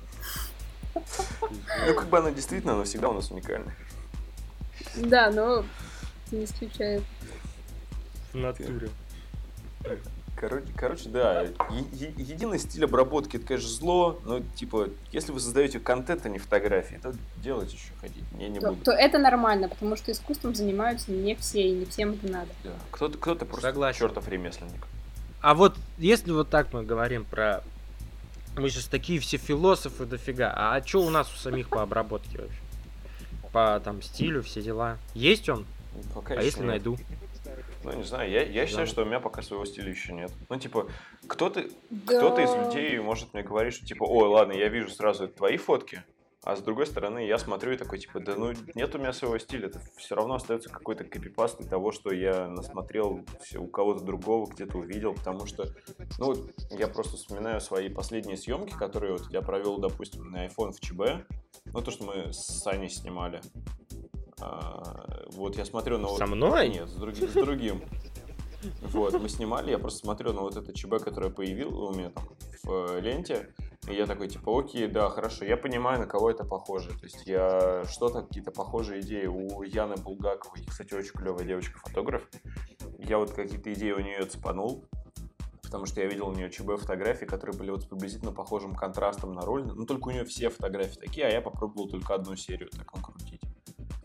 Ну, как бы оно действительно, оно всегда у нас уникальное. Да, но не исключает. В натуре. Короче, да, единый стиль обработки — это, конечно, зло, но, типа, если вы создаете контент, а не фотографии, то делайте еще ходить, я не буду. То это нормально, потому что искусством занимаются не все, и не всем это надо. Да. Кто-то просто чертов ремесленник. А вот, если вот так мы говорим про... Мы сейчас такие все философы дофига, а что у нас у самих по обработке вообще? По, там, стилю, все дела? Есть он? Пока а если нет. Найду? Ну, не знаю, я считаю, что у меня пока своего стиля еще нет. Ну, типа, кто-то из людей может мне говорить, что, типа, ой, ладно, я вижу сразу твои фотки, а с другой стороны я смотрю и такой, типа, да ну, нет у меня своего стиля, это все равно остается какой-то копипаст того, что я насмотрел у кого-то другого, где-то увидел, потому что, ну, я просто вспоминаю свои последние съемки, которые вот я провел, допустим, на iPhone в ЧБ, ну, то, что мы с Саней снимали. Вот я смотрю на... Со мной? Нет, с другим. Вот, мы снимали, я просто смотрю на вот это ЧБ, которое появилось у меня там в ленте, и я такой, типа, окей, да, хорошо, я понимаю, на кого это похоже. То есть я что-то, какие-то похожие идеи у Яны Булгаковой, кстати, очень клевая девочка-фотограф, я вот какие-то идеи у нее цепанул, потому что я видел у нее ЧБ фотографии, которые были вот с приблизительно похожим контрастом на роль, ну, только у нее все фотографии такие, а я попробовал только одну серию так накрутить.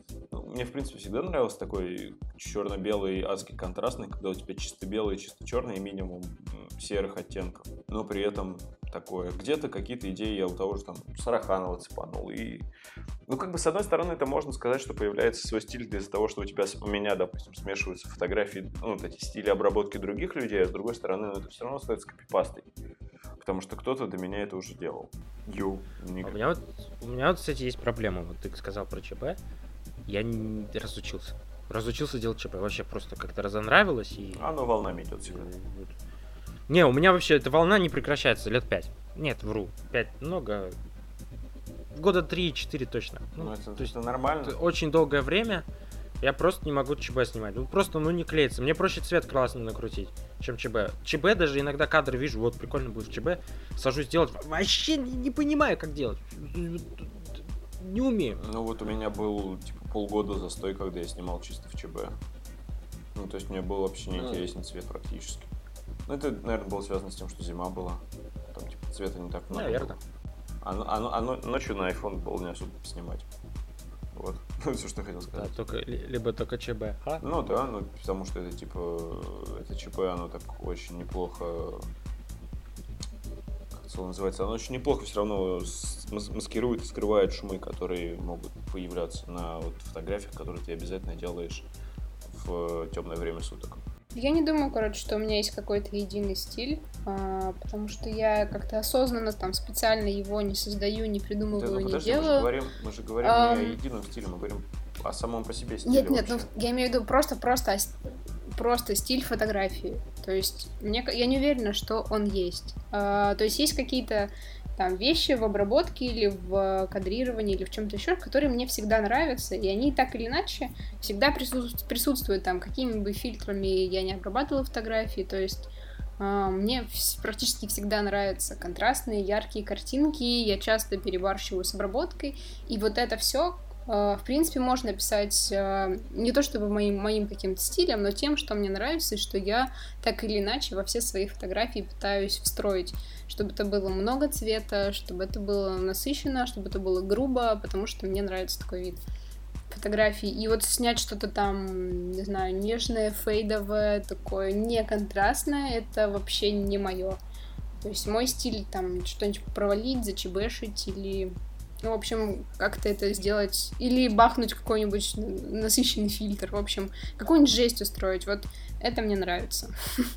Мне, в принципе, всегда нравился такой черно-белый, адский контрастный, когда у тебя чисто белый, чисто черный и минимум серых оттенков. Но при этом такое. Где-то какие-то идеи я у того же там Сараханова цепанул. И, ну, как бы, с одной стороны, это можно сказать, что появляется свой стиль из-за того, что у меня, допустим, смешиваются фотографии, ну, вот эти стили обработки других людей, а с другой стороны, ну, это все равно остается копипастой. Потому что кто-то до меня это уже делал. У меня вот, кстати, есть проблема. Вот ты сказал про ЧБ. Я не разучился. Разучился делать ЧБ. Вообще просто как-то разонравилось. И... Оно волнами идет всегда. Не, у меня вообще эта волна не прекращается лет 5. Нет, вру. 5 много. Года 3-4 точно. Ну, это, то есть это нормально. Это очень долгое время я просто не могу ЧБ снимать. Ну, просто, не клеится. Мне проще цвет красный накрутить, чем ЧБ. ЧБ даже иногда кадры вижу, вот прикольно будет в ЧБ. Сажусь делать. Вообще не понимаю, как делать. Не умею. Ну, вот у меня был, типа, полгода застой, когда я снимал чисто в ЧБ. Ну, то есть мне был вообще неинтересен цвет практически. Ну, это, наверное, было связано с тем, что зима была. Там, типа, цвета не так много. Наверное. А ночью на iPhone было не особо снимать. Вот. Ну, все, что я хотел сказать. Да, либо только ЧБ. Ну, да, потому что это, типа, это ЧБ, оно так очень неплохо... Как это называется? Оно очень неплохо все равно маскирует и скрывает шумы, которые могут появляться на вот фотографиях, которые ты обязательно делаешь в темное время суток. Я не думаю, что у меня есть какой-то единый стиль, потому что я как-то осознанно там специально его не создаю, не придумываю, не делаю. Мы же говорим не о едином стиле, мы говорим о самом по себе стиле. Нет, я имею в виду просто стиль фотографии. То есть я не уверена, что он есть. То есть есть какие-то там вещи в обработке или в кадрировании или в чем-то еще, которые мне всегда нравятся, и они так или иначе всегда присутствуют там, какими бы фильтрами я не обрабатывала фотографии, то есть мне практически всегда нравятся контрастные, яркие картинки, я часто перебарщиваю с обработкой, и вот это все в принципе, можно описать не то чтобы моим каким-то стилем, но тем, что мне нравится, и что я так или иначе во все свои фотографии пытаюсь встроить, чтобы это было много цвета, чтобы это было насыщенно, чтобы это было грубо, потому что мне нравится такой вид фотографий. И вот снять что-то там, не знаю, нежное, фейдовое, такое неконтрастное, это вообще не мое. То есть мой стиль там что-нибудь провалить, зачебешить или... Ну, в общем, как-то это сделать. Или бахнуть какой-нибудь насыщенный фильтр. В общем, какую-нибудь жесть устроить. Вот это мне нравится.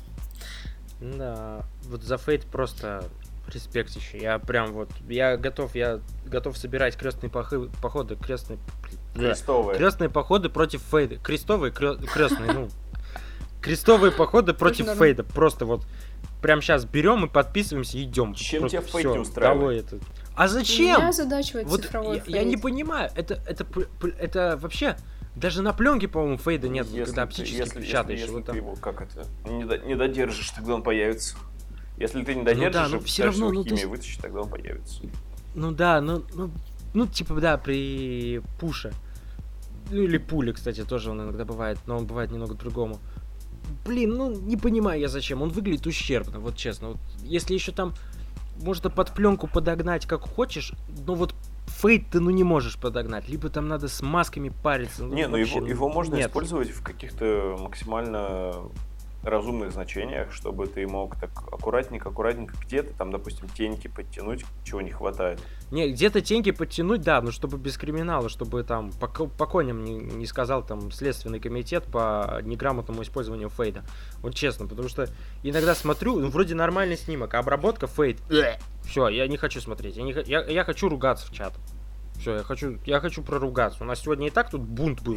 Да, вот за фейд просто респект еще. Я прям вот, я готов собирать крестные походы, крестные походы против фейда. Крестовые, крестные, ну. Крестовые походы против фейда. Просто вот прям сейчас берем и подписываемся и идем. Чем тебя фейд не устраивает? А зачем? Меня озадачивает вот цифровой фейд. Я не понимаю. Это вообще... Даже на пленке, по-моему, фейда нет, когда оптически печатаешь. Если ты его, как это, не додержишь, тогда он появится. Если ты не додержишь, и пытаешься его химией вытащить, тогда он появится. Ну да, типа, да, при пуше. Ну или пуле, кстати, тоже он иногда бывает, но он бывает немного по-другому. Блин, не понимаю я зачем. Он выглядит ущербно, вот честно. Вот, если еще там можно под пленку подогнать как хочешь, но вот фейд ты не можешь подогнать. Либо там надо с масками париться. Его можно использовать в каких-то максимально разумных значениях, чтобы ты мог так аккуратненько где-то там, допустим, теньки подтянуть, чего не хватает. Не, где-то теньки подтянуть, да, но чтобы без криминала, чтобы там по коням не сказал там Следственный комитет по неграмотному использованию фейда. Вот честно, потому что иногда смотрю, вроде нормальный снимок, а обработка фейд. Все, я не хочу смотреть, я хочу ругаться в чат. Все, я хочу проругаться. У нас сегодня и так тут бунт был.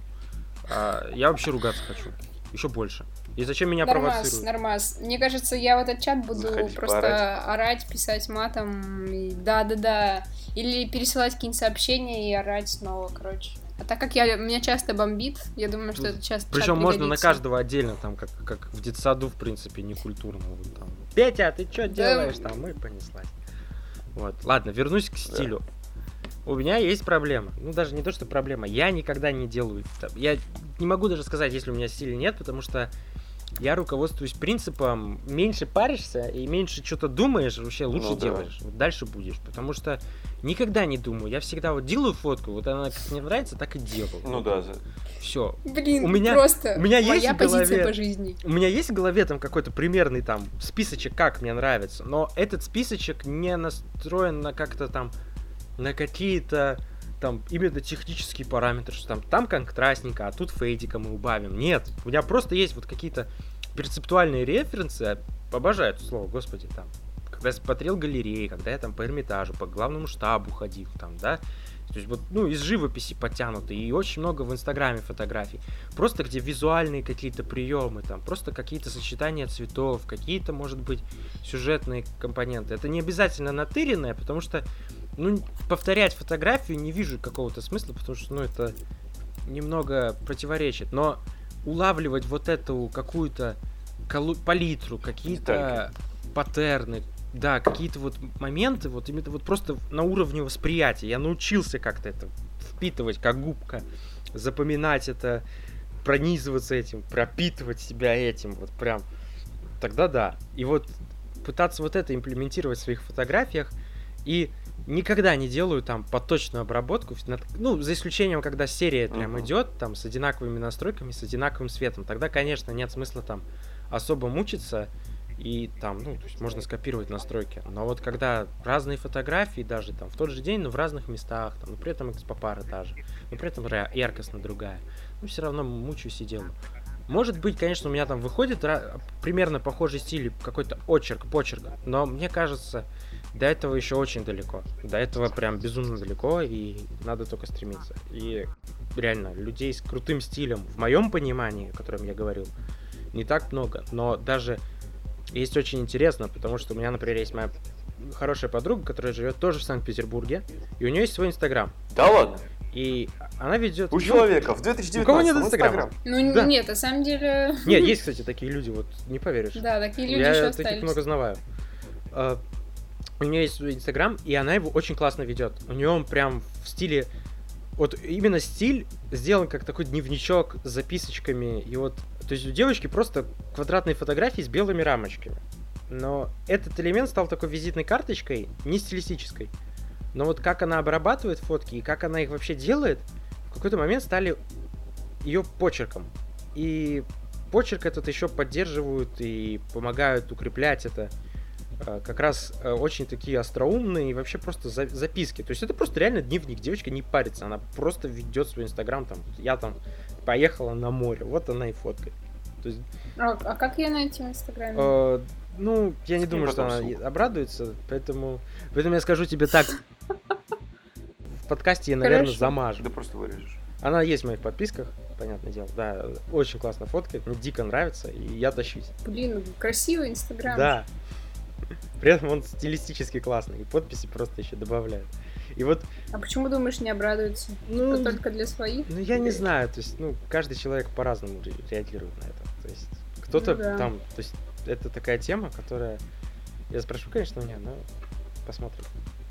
Я вообще ругаться хочу. Еще больше. И зачем меня провоцируют? Нормас. Мне кажется, я в этот чат буду просто орать, писать матом. Да. Или пересылать какие-нибудь сообщения и орать снова, короче. А так как меня часто бомбит, я думаю, что это часто. Причем можно на каждого отдельно, там, как в детсаду, в принципе, не культурно. Там. Петя, ты что делаешь там? Мы понеслась. Вот. Ладно, вернусь к стилю. У меня есть проблема. Ну, даже не то, что проблема. Я никогда не делаю. Я не могу даже сказать, если у меня стиля нет, потому что я руководствуюсь принципом: меньше паришься и меньше что-то думаешь, вообще лучше делаешь. Вот дальше будешь. Потому что никогда не думаю. Я всегда вот делаю фотку, вот она как мне нравится, так и делаю. Ну да. Все. Блин, у меня моя позиция по жизни. У меня есть в голове там какой-то примерный там списочек, как мне нравится, но этот списочек не настроен на как-то там, на какие-то там именно технические параметры, что там контрастненько, а тут фейдика мы убавим. Нет, у меня просто есть вот какие-то перцептуальные референсы, обожаю это слово, господи, там, когда я смотрел галереи, когда я там по Эрмитажу, по главному штабу ходил, там, да, то есть вот, ну, из живописи подтянуты, и очень много в Инстаграме фотографий, просто где визуальные какие-то приемы, там, просто какие-то сочетания цветов, какие-то, может быть, сюжетные компоненты. Это не обязательно натыренное, потому что, ну, повторять фотографию не вижу какого-то смысла, потому что, ну, это немного противоречит, но улавливать вот эту какую-то палитру, какие-то паттерны, да, какие-то вот моменты, вот именно вот просто на уровне восприятия. Я научился как-то это впитывать, как губка, запоминать это, пронизываться этим, пропитывать себя этим, вот прям. Тогда да. И вот пытаться вот это имплементировать в своих фотографиях, и никогда не делаю там поточную обработку, ну, за исключением, когда серия прям идет, там, с одинаковыми настройками, с одинаковым светом. Тогда, конечно, нет смысла там особо мучиться, и там, ну, то есть можно скопировать настройки. Но вот когда разные фотографии, даже там в тот же день, но в разных местах, там, но при этом экспопара та же, но при этом яркость другая, ну, все равно мучаюсь и делаю. Может быть, конечно, у меня там выходит примерно похожий стиль, какой-то почерк, но мне кажется, до этого еще очень далеко. До этого прям безумно далеко, и надо только стремиться. И реально, людей с крутым стилем, в моем понимании, о котором я говорил, не так много. Но даже есть очень интересно, потому что у меня, например, есть моя хорошая подруга, которая живет тоже в Санкт-Петербурге, и у нее есть свой Инстаграм. Да ладно? И она ведет... У человека в 2019 у кого нет Инстаграма? Ну, да. Нет, на самом деле... Нет, есть, кстати, такие люди, вот, не поверишь. Да, такие люди еще остались. Я таких много знаю. У нее есть свой Инстаграм, и она его очень классно ведет. У нее он прям в стиле... Вот именно стиль сделан как такой дневничок с записочками. И вот, то есть у девочки просто квадратные фотографии с белыми рамочками. Но этот элемент стал такой визитной карточкой, не стилистической. Но вот как она обрабатывает фотки и как она их вообще делает, в какой-то момент стали ее почерком. И почерк этот еще поддерживают и помогают укреплять это. Как раз очень такие остроумные и вообще просто записки. То есть это просто реально дневник. Девочка не парится, она просто ведет свой Инстаграм. Там, я там поехала на море, вот она и фоткает. То есть... А как ее найти в Инстаграме? Ну, я не думаю, что она обрадуется, поэтому я скажу тебе так. В подкасте я, наверное, замажу. Да просто вырежешь. Она есть в моих подписках, понятное дело. Да, очень классно фоткает, мне дико нравится, и я тащусь. Блин, красивый Инстаграм. Да. При этом он стилистически классный, и подписи просто еще добавляют. И вот... А почему, думаешь, не обрадуется? Ну, только для своих? Ну, я не знаю, то есть, ну, каждый человек по-разному реагирует на это. То есть, кто-то там, то есть, это такая тема, которая... Я спрошу, конечно, у меня, но посмотрим.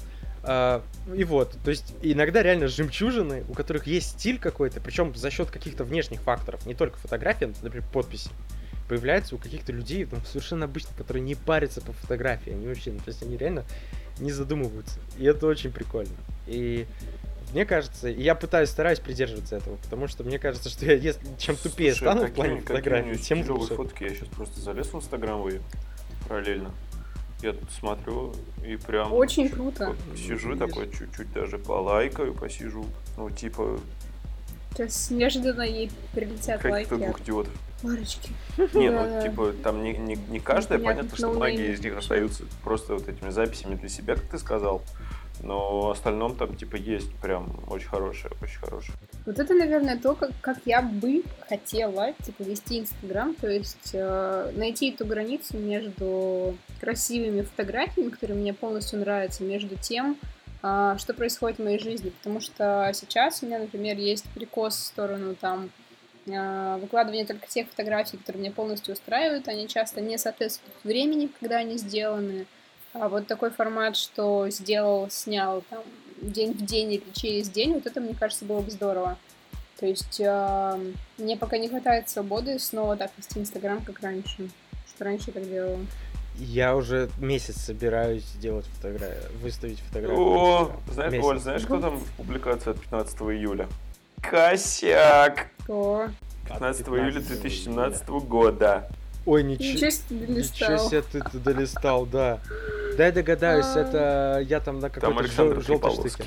И вот, то есть, иногда реально жемчужины, у которых есть стиль какой-то, причем за счет каких-то внешних факторов, не только фотографии, например, подписи, появляется у каких-то людей, ну, совершенно обычных, которые не парятся по фотографии, они вообще, ну, то есть они реально не задумываются, и это очень прикольно. И мне кажется, я стараюсь придерживаться этого, потому что мне кажется, что я, если чем тупее стану в плане фотографии, тем лучше. Фотки, я сейчас просто залез в Инстаграм и параллельно. Я тут смотрю и прям... Очень круто. Сижу такой, чуть-чуть даже полайкаю, посижу, ну, типа... Сейчас неожиданно ей прилетят лайки. Как-то двух идиотов. Парочки. Не, ну, типа, там не каждая, понятно, что многие из них остаются просто вот этими записями для себя, как ты сказал. Но в остальном там, типа, есть прям очень хорошее, очень хорошее. Вот это, наверное, то, как я бы хотела, типа, вести Инстаграм, то есть найти эту границу между красивыми фотографиями, которые мне полностью нравятся, между тем, что происходит в моей жизни. Потому что сейчас у меня, например, есть перекос в сторону, там, выкладывания только тех фотографий, которые меня полностью устраивают, они часто не соответствуют времени, когда они сделаны. А вот такой формат, что сделал, снял там день в день или через день, вот это, мне кажется, было бы здорово. То есть мне пока не хватает свободы снова так вести Инстаграм, как раньше. Что раньше я так делала. Я уже месяц собираюсь сделать выставить фотографию. О, Оль, знаешь, кто там в публикации от 15 июля? Косяк! Кто? 15 июля 2017 года. Ой, Ничего себе ты долистал. Ничего себе ты долистал, да. Дай догадаюсь, это я там на какой-то желтой штуке.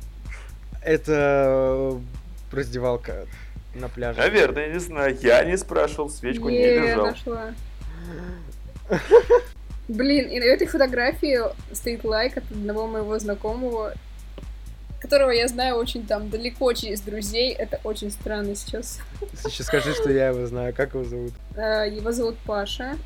Это раздевалка на пляже. Наверное, не знаю. Я не спрашивал, свечку не держал. Нашла. Блин, и на этой фотографии стоит лайк от одного моего знакомого, которого я знаю очень там далеко через друзей. Это очень странно сейчас. Сейчас скажи, что я его знаю. Как его зовут? Его зовут Паша.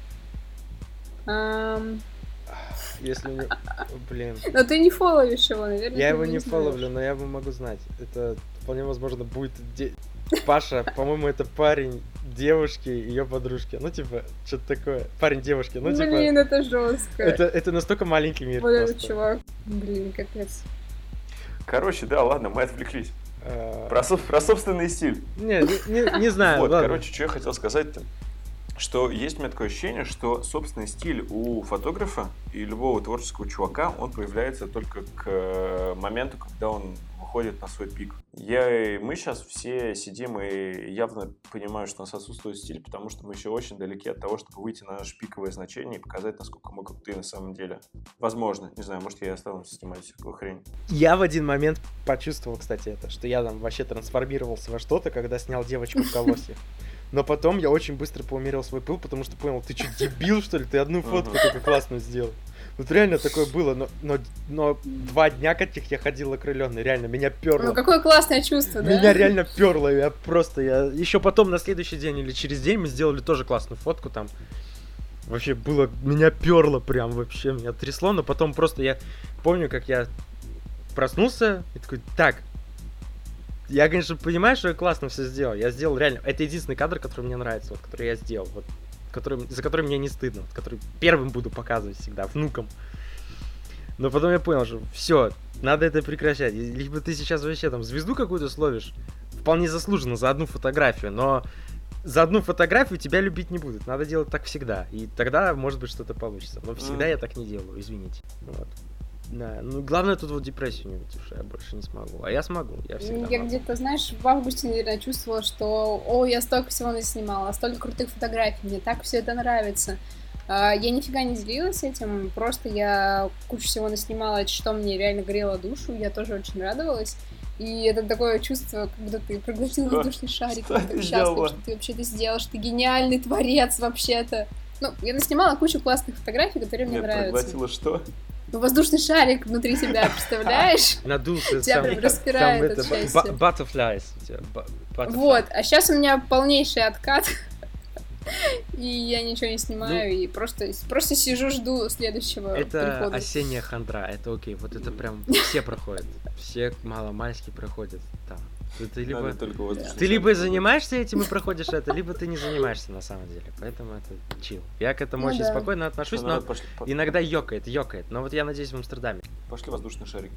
Если не... Блин. Но ты не фолловишь его, наверное. Я его не фолловлю, но я его могу знать. Это вполне возможно будет... Паша, по-моему, это парень девушки и ее подружки. Ну, типа, что-то такое. Парень девушки, ну, типа... Блин, это жестко. Это настолько маленький мир. Вот этот чувак. Блин, капец. Короче, да, ладно, мы отвлеклись. Про собственный стиль. Не знаю. Вот, короче, что я хотел сказать-то. Что есть у меня такое ощущение, что собственный стиль у фотографа и любого творческого чувака, он появляется только к моменту, когда он выходит на свой пик. Мы сейчас все сидим и явно понимаю, что у нас отсутствует стиль, потому что мы еще очень далеки от того, чтобы выйти на наше пиковое значение и показать, насколько мы крутые на самом деле. Возможно, не знаю, может я останусь снимать всякую хрень. Я в один момент почувствовал, кстати, что я там вообще трансформировался во что-то, когда снял девочку в колосьях. Но потом я очень быстро поумерил свой пыл, потому что понял, ты что, дебил, что ли? Ты одну фотку только классную сделал. Вот реально такое было, но 2 дня каких я ходил окрыленный, реально, меня перло. Ну, какое классное чувство, да? Меня реально перло, я еще потом на следующий день или через день мы сделали тоже классную фотку там. Вообще было, меня перло прям вообще, меня трясло, но потом просто я помню, как я проснулся и такой, так, я, конечно, понимаю, что я классно все сделал. Я сделал реально... Это единственный кадр, который мне нравится, вот, который я сделал. Вот, за который мне не стыдно. Вот, который первым буду показывать всегда, внукам. Но потом я понял, что все, надо это прекращать. Либо ты сейчас вообще там звезду какую-то словишь, вполне заслуженно за одну фотографию, но за одну фотографию тебя любить не будут. Надо делать так всегда. И тогда, может быть, что-то получится. Но всегда я так не делаю, извините. Вот. Да, ну главное тут вот депрессию не уйти, что я больше не смогу. А я смогу, я всегда могу. Где-то, знаешь, в августе, наверное, чувствовала, что я столько всего наснимала, столько крутых фотографий, мне так все это нравится. Я нифига не делилась этим, просто я кучу всего наснимала, что мне реально грело душу, я тоже очень радовалась. И это такое чувство, когда ты проглотил воздушный шарик, ты так счастлив, что ты вообще это сделал, что ты гениальный творец вообще-то. Ну, я наснимала кучу классных фотографий, которые мне нравятся. Проглотила что? Ну, воздушный шарик внутри тебя, представляешь? Надулся. Тебя прям распирает от счастья. Butterflies. Вот, а сейчас у меня полнейший откат. И я ничего не снимаю, и просто сижу, жду следующего прихода. Это осенняя хандра, это окей. Вот это прям все проходят. Все маломальски проходят там. Ты либо занимаешься этим и проходишь это, либо ты не занимаешься на самом деле. Поэтому это чил. Я к этому очень спокойно отношусь, но иногда ёкает. Но вот я надеюсь в Амстердаме. Пошли воздушный шарик.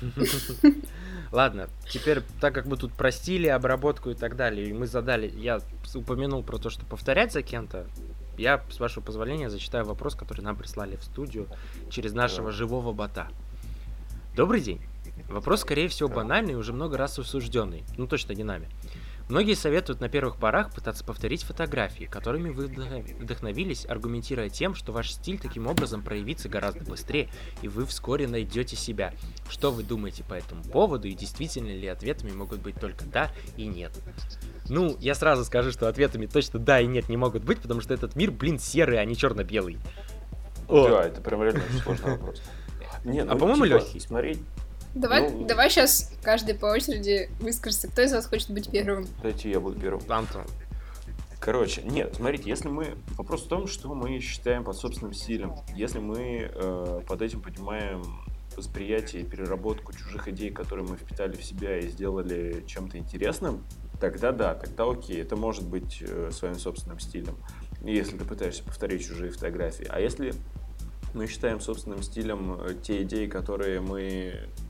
Ладно, теперь, так как мы тут про стили, обработку и так далее, и мы задали, я упомянул про то, что повторять за кем-то, я, с вашего позволения, зачитаю вопрос, который нам прислали в студию через нашего живого бота. Добрый день. Вопрос, скорее всего, банальный и уже много раз обсужденный. Ну, точно не нами. Многие советуют на первых порах пытаться повторить фотографии, которыми вы вдохновились, аргументируя тем, что ваш стиль таким образом проявится гораздо быстрее, и вы вскоре найдете себя. Что вы думаете по этому поводу, и действительно ли ответами могут быть только «да» и «нет»? Ну, я сразу скажу, что ответами точно «да» и «нет» не могут быть, потому что этот мир, серый, а не черно-белый. Да, это прям реально очень сложный вопрос. По-моему, легкий. Смотреть. Давай сейчас каждый по очереди выскажется. Кто из вас хочет быть первым? Дайте я буду первым. Антон. Короче, нет, смотрите, если мы... Вопрос в том, что мы считаем под собственным стилем. Если мы под этим понимаем восприятие и переработку чужих идей, которые мы впитали в себя и сделали чем-то интересным, тогда да, тогда окей, это может быть своим собственным стилем, если ты пытаешься повторить чужие фотографии. А если мы считаем собственным стилем те идеи, которые мы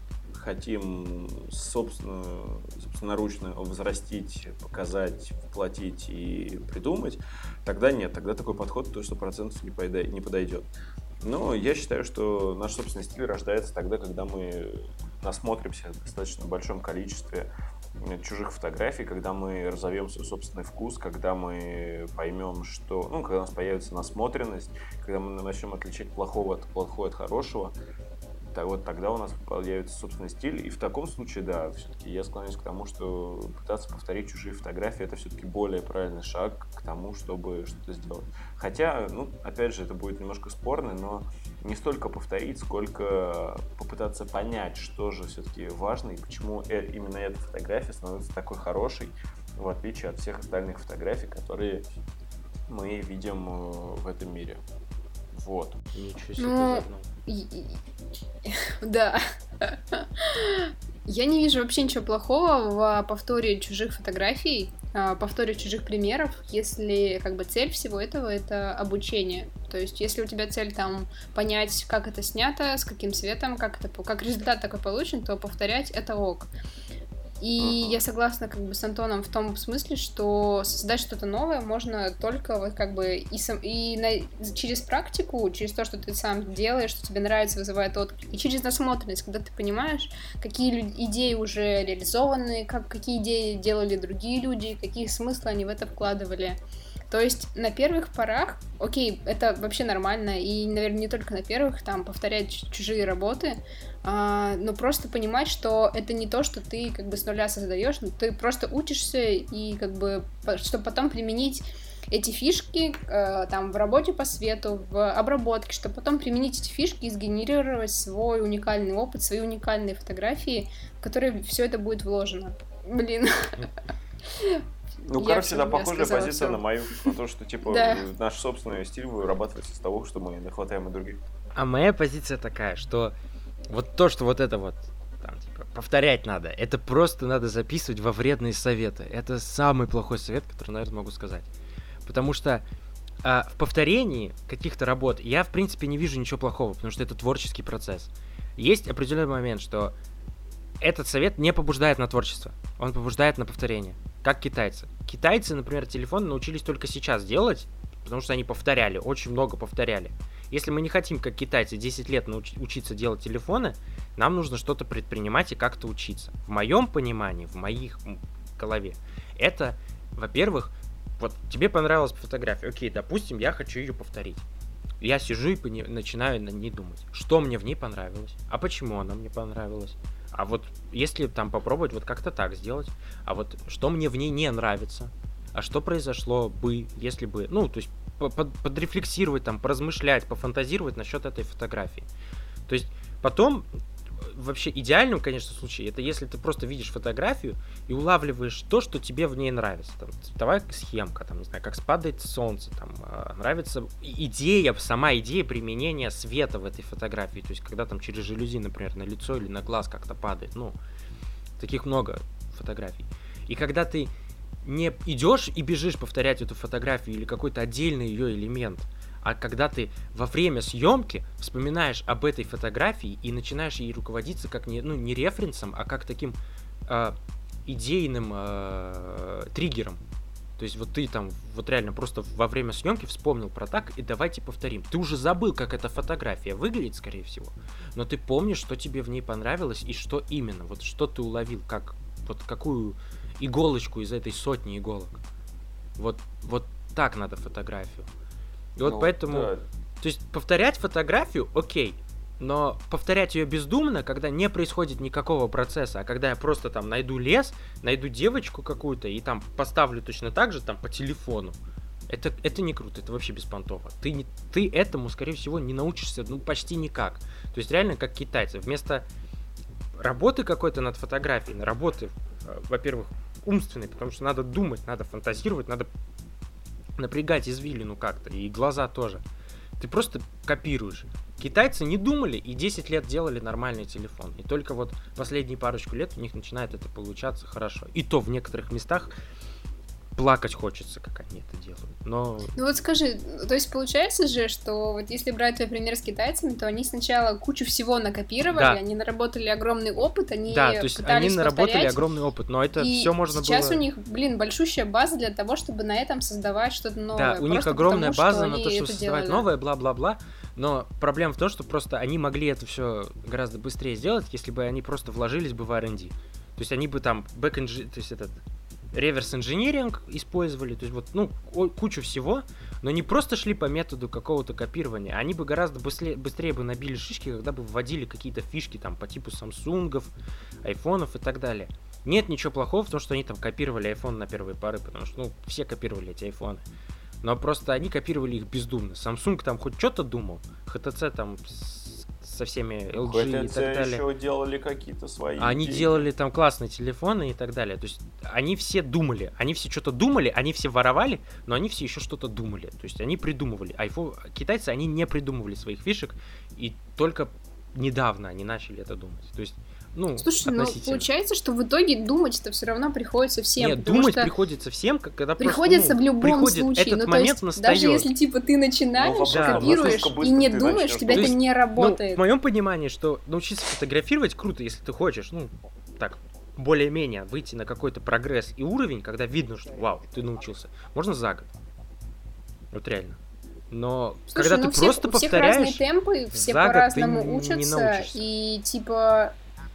хотим собственноручно взрастить, показать, воплотить и придумать, тогда нет, тогда такой подход то 100% не подойдет. Но я считаю, что наш собственный стиль рождается тогда, когда мы насмотримся в достаточно большом количестве чужих фотографий, когда мы разовьем свой собственный вкус, когда мы поймем, что, когда у нас появится насмотренность, когда мы начнем отличать плохое от хорошего, вот тогда у нас появится собственный стиль. И в таком случае, да, все-таки я склоняюсь к тому, что пытаться повторить чужие фотографии — это все-таки более правильный шаг к тому, чтобы что-то сделать. Хотя, опять же, это будет немножко спорно, но не столько повторить, сколько попытаться понять, что же все-таки важно и почему именно эта фотография становится такой хорошей, в отличие от всех остальных фотографий, которые мы видим в этом мире. Вот. Ничего себе, да. Я не вижу вообще ничего плохого в повторе чужих фотографий, повторе чужих примеров, если цель всего этого — это обучение. То есть, если у тебя цель понять, как это снято, с каким цветом, как результат такой получен, то повторять — это ок. И я согласна с Антоном в том смысле, что создать что-то новое можно только через практику, через то, что ты сам делаешь, что тебе нравится, вызывает отклик, и через насмотренность, когда ты понимаешь, какие идеи уже реализованы, какие идеи делали другие люди, какие смыслы они в это вкладывали. То есть на первых порах, окей, это вообще нормально, и, наверное, не только на первых, повторять чужие работы, но просто понимать, что это не то, что ты с нуля создаешь, но ты просто учишься, и чтобы потом применить эти фишки в работе по свету, в обработке, чтобы потом применить эти фишки и сгенерировать свой уникальный опыт, свои уникальные фотографии, в которые все это будет вложено. Блин. Да, похожая позиция на мою, на то, что, наш собственный стиль вырабатывается из того, что мы нахватаем от других. А моя позиция такая, что повторять надо, это просто надо записывать во вредные советы. Это самый плохой совет, который, наверное, могу сказать. Потому что в повторении каких-то работ я, в принципе, не вижу ничего плохого, потому что это творческий процесс. Есть определенный момент, что этот совет не побуждает на творчество, он побуждает на повторение. Как китайцы. Китайцы, например, телефон научились только сейчас делать, потому что они повторяли, очень много повторяли. Если мы не хотим, как китайцы, 10 лет учиться делать телефоны, нам нужно что-то предпринимать и как-то учиться. В моем понимании, в моей голове, это, во-первых, тебе понравилась фотография, окей, допустим, я хочу ее повторить. Я сижу и начинаю на ней думать, что мне в ней понравилось, а почему она мне понравилась. А если попробовать как-то так сделать, что мне в ней не нравится, а что произошло бы, если бы, то есть подрефлексировать, поразмышлять, пофантазировать насчет этой фотографии. То есть потом, вообще идеальным, конечно, случае, это если ты просто видишь фотографию и улавливаешь то, что тебе в ней нравится. Цветовая схемка, не знаю, как спадает солнце, нравится сама идея применения света в этой фотографии. То есть когда через жалюзи, например, на лицо или на глаз как-то падает. Таких много фотографий. И когда ты не идешь и бежишь повторять эту фотографию или какой-то отдельный ее элемент, а когда ты во время съемки вспоминаешь об этой фотографии и начинаешь ей руководиться как не референсом, а как таким идейным триггером. То есть ты реально просто во время съемки вспомнил про так, и давайте повторим. Ты уже забыл, как эта фотография выглядит, скорее всего, но ты помнишь, что тебе в ней понравилось и что именно, что ты уловил, какую иголочку из этой сотни иголок. Вот так надо фотографию. И поэтому... Да. То есть повторять фотографию, окей, но повторять ее бездумно, когда не происходит никакого процесса, а когда я просто найду лес, найду девочку какую-то и поставлю точно так же по телефону, это не круто, это вообще беспонтово. Ты этому, скорее всего, не научишься почти никак. То есть реально как китайцы. Вместо работы какой-то над фотографией, работы, во-первых, умственной, потому что надо думать, надо фантазировать, надо напрягать извилину как-то, и глаза тоже. Ты просто копируешь. Китайцы не думали и 10 лет делали нормальный телефон. И только последние парочку лет у них начинает это получаться хорошо. И то в некоторых местах плакать хочется, как они это делают. Но... Ну вот скажи, то есть получается же, что вот если брать твой пример с китайцами, то они сначала кучу всего накопировали, Да. они наработали огромный опыт, они Да, то есть пытались они наработали повторять, огромный опыт, но это и все можно сейчас было... у них, большущая база для того, чтобы на этом создавать что-то новое. Да, у них просто огромная потому, база что на они то, чтобы это создавать делали. новое, бла-бла-бла. Но проблема в том, что просто они могли это все гораздо быстрее сделать, если бы они просто вложились бы в R&D. То есть они бы там то есть этот реверс-инжиниринг использовали, то есть вот, ну, кучу всего, но не просто шли по методу какого-то копирования, они бы гораздо быстрее бы набили шишки, когда бы вводили какие-то фишки там по типу самсунгов, айфонов и так далее. Нет ничего плохого в том, что они там копировали iPhone на первые поры, потому что, ну, все копировали эти айфоны. Но просто они копировали их бездумно. Samsung там хоть что-то думал, HTC там со всеми LG и так далее. еще делали какие-то свои Они идеи. делали там классные телефоны и так далее. То есть они все думали, они все что-то думали, они все воровали, но они все еще что-то думали. То есть они придумывали. Китайцы, они не придумывали своих фишек, и только недавно они начали это думать. То есть, ну, Слушай, ну относительно. получается, что в итоге думать-то все равно приходится всем. Нет, потому думать что приходится всем, когда приходится просто, в любом приходит случае. этот ну, то момент есть, настает. даже если типа ты начинаешь, вопрос, копируешь насколько и не быстро ты думаешь, начнешь у тебя То это есть, не работает. Ну, в моем понимании, что научиться фотографировать круто, если ты хочешь, ну, так, более-менее выйти на какой-то прогресс и уровень, когда видно, что, вау, ты научился. Можно за год. Вот реально. Но Слушай, когда ну ты просто у всех разные повторяешь, темпы, все за год по-разному ты не учатся, научишься. и типа,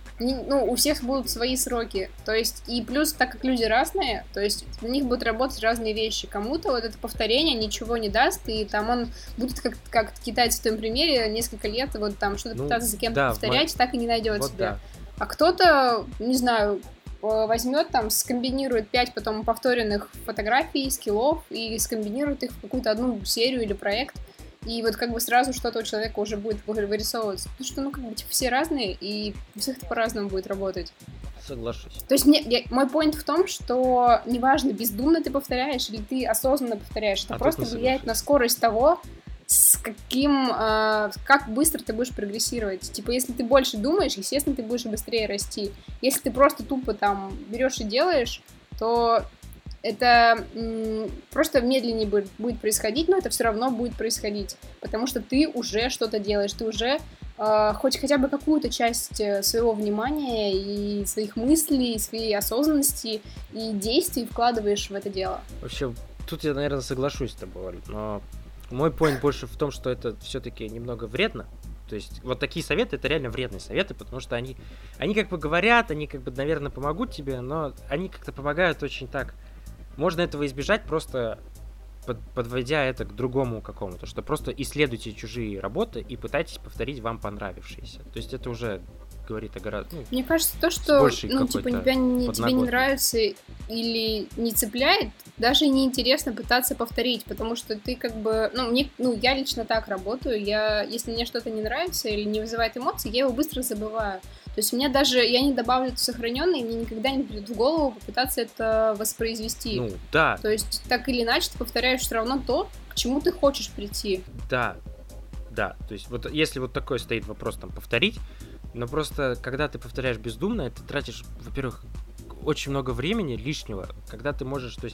ну, у всех будут свои сроки. То есть, и плюс, так как люди разные, то есть на них будут работать разные вещи. Кому-то вот это повторение ничего не даст, и там он будет, как китайцы в твоем примере, несколько лет вот там что-то Ну, пытаться за кем-то да, повторять, так и не найдет вот себя. да. А кто-то, не знаю, возьмет там, скомбинирует 5 потом повторенных фотографий, скиллов и скомбинирует их в какую-то одну серию или проект. И вот как бы сразу что-то у человека уже будет вырисовываться. Потому что, ну, как бы, типа, все разные, и у всех это по-разному будет работать. Соглашусь. То есть мой поинт в том, что неважно, бездумно ты повторяешь или ты осознанно повторяешь, это просто тут не влияет на скорость того, с каким, как быстро ты будешь прогрессировать. Типа, если ты больше думаешь, естественно, ты будешь быстрее расти. Если ты просто тупо там берешь и делаешь, то это просто медленнее будет происходить, но это все равно будет происходить, потому что ты уже что-то делаешь, ты уже хоть хотя бы какую-то часть своего внимания и своих мыслей, и своей осознанности и действий вкладываешь в это дело. Вообще, тут я, наверное, соглашусь с тобой, но мой поинт больше в том, что это все-таки немного вредно. То есть вот такие советы, это реально вредные советы, потому что они как бы говорят, они как бы, наверное, помогут тебе, но они как-то помогают очень так. Можно этого избежать, просто подводя это к другому какому-то, что просто исследуйте чужие работы и пытайтесь повторить вам понравившиеся. То есть это уже говорит о гораздо... Ну, мне кажется, то, что типа, тебе не нравится или не цепляет, даже неинтересно пытаться повторить, потому что ты как бы... я лично так работаю, если мне что-то не нравится или не вызывает эмоций, я его быстро забываю. То есть мне даже, я не добавлю это сохраненное, и мне никогда не придет в голову попытаться это воспроизвести. Ну, да. То есть так или иначе ты повторяешь все равно то, к чему ты хочешь прийти. Да. То есть вот если вот такой стоит вопрос там повторить, но просто когда ты повторяешь бездумно, ты тратишь, во-первых, очень много времени лишнего, когда ты можешь, то есть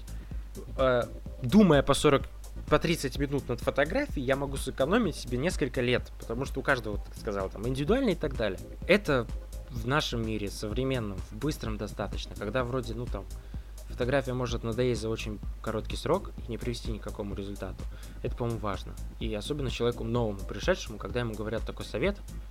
думая по 30 минут над фотографией, я могу сэкономить себе несколько лет, потому что у каждого, так сказал, там индивидуально и так далее. Это в нашем мире современном, в быстром достаточно, когда вроде, фотография может надоесть за очень короткий срок и не привести ни к какому результату. Это, по-моему, важно. И особенно человеку новому, пришедшему, когда ему говорят такой совет,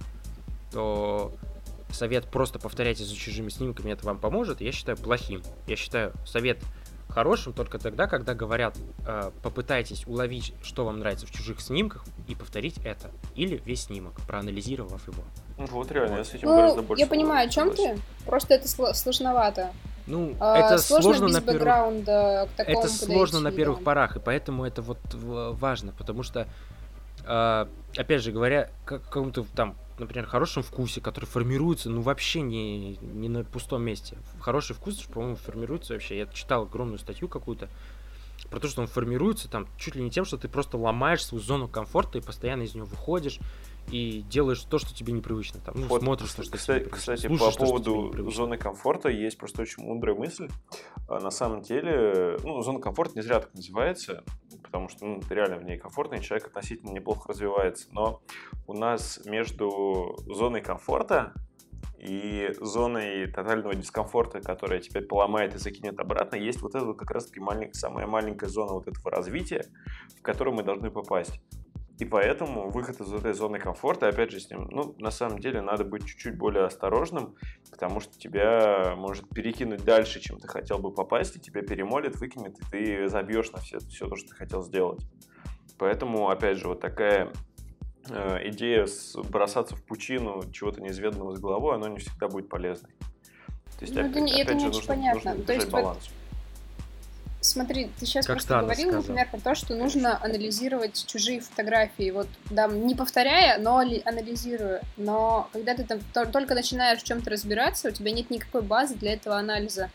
то совет «просто повторяйте за чужими снимками, это вам поможет», я считаю плохим. Я считаю совет хорошим только тогда, когда говорят попытайтесь уловить, что вам нравится в чужих снимках, и повторить это. Или весь снимок, проанализировав его. Вот реально, я с этим гораздо больше. Я понимаю, о чем ты, просто это сложновато. Это сложно без бэкграунда к такому это сложно на подойти, первых порах, и поэтому это вот важно, потому что, опять же говоря, какому-то там, например, хорошем вкусе, который формируется, вообще не на пустом месте. Хороший вкус, по-моему, формируется вообще. Я читал огромную статью какую-то про то, что он формируется там чуть ли не тем, что ты просто ломаешь свою зону комфорта и постоянно из нее выходишь, и делаешь то, что тебе непривычно. Там, ну, вот, смотришь то, что кстати, тебе непривычно. кстати, Слушаешь по то, что тебе поводу непривычно. зоны комфорта есть просто очень мудрая мысль. На самом деле, ну, зона комфорта не зря так называется, потому что, ну, реально в ней комфортно, и человек относительно неплохо развивается. Но у нас между зоной комфорта и зоной тотального дискомфорта, которая тебя поломает и закинет обратно, есть вот эта вот как раз-таки самая маленькая зона вот этого развития, в которую мы должны попасть. И поэтому выход из этой зоны комфорта, опять же, с ним, ну, на самом деле, надо быть чуть-чуть более осторожным, потому что тебя может перекинуть дальше, чем ты хотел бы попасть, и тебя перемолит, выкинет, и ты забьешь на все то, что ты хотел сделать. Поэтому, опять же, вот такая идея бросаться в пучину чего-то неизведанного с головой, она не всегда будет полезной. То есть, Ну, это не очень понятно. нужно То есть, баланс. Смотри, ты сейчас Как просто Танос говорил, сказал. например, про то, что нужно анализировать чужие фотографии. Вот, да, не повторяя, но анализируя. Но когда ты там только начинаешь в чем-то разбираться, у тебя нет никакой базы для этого анализа.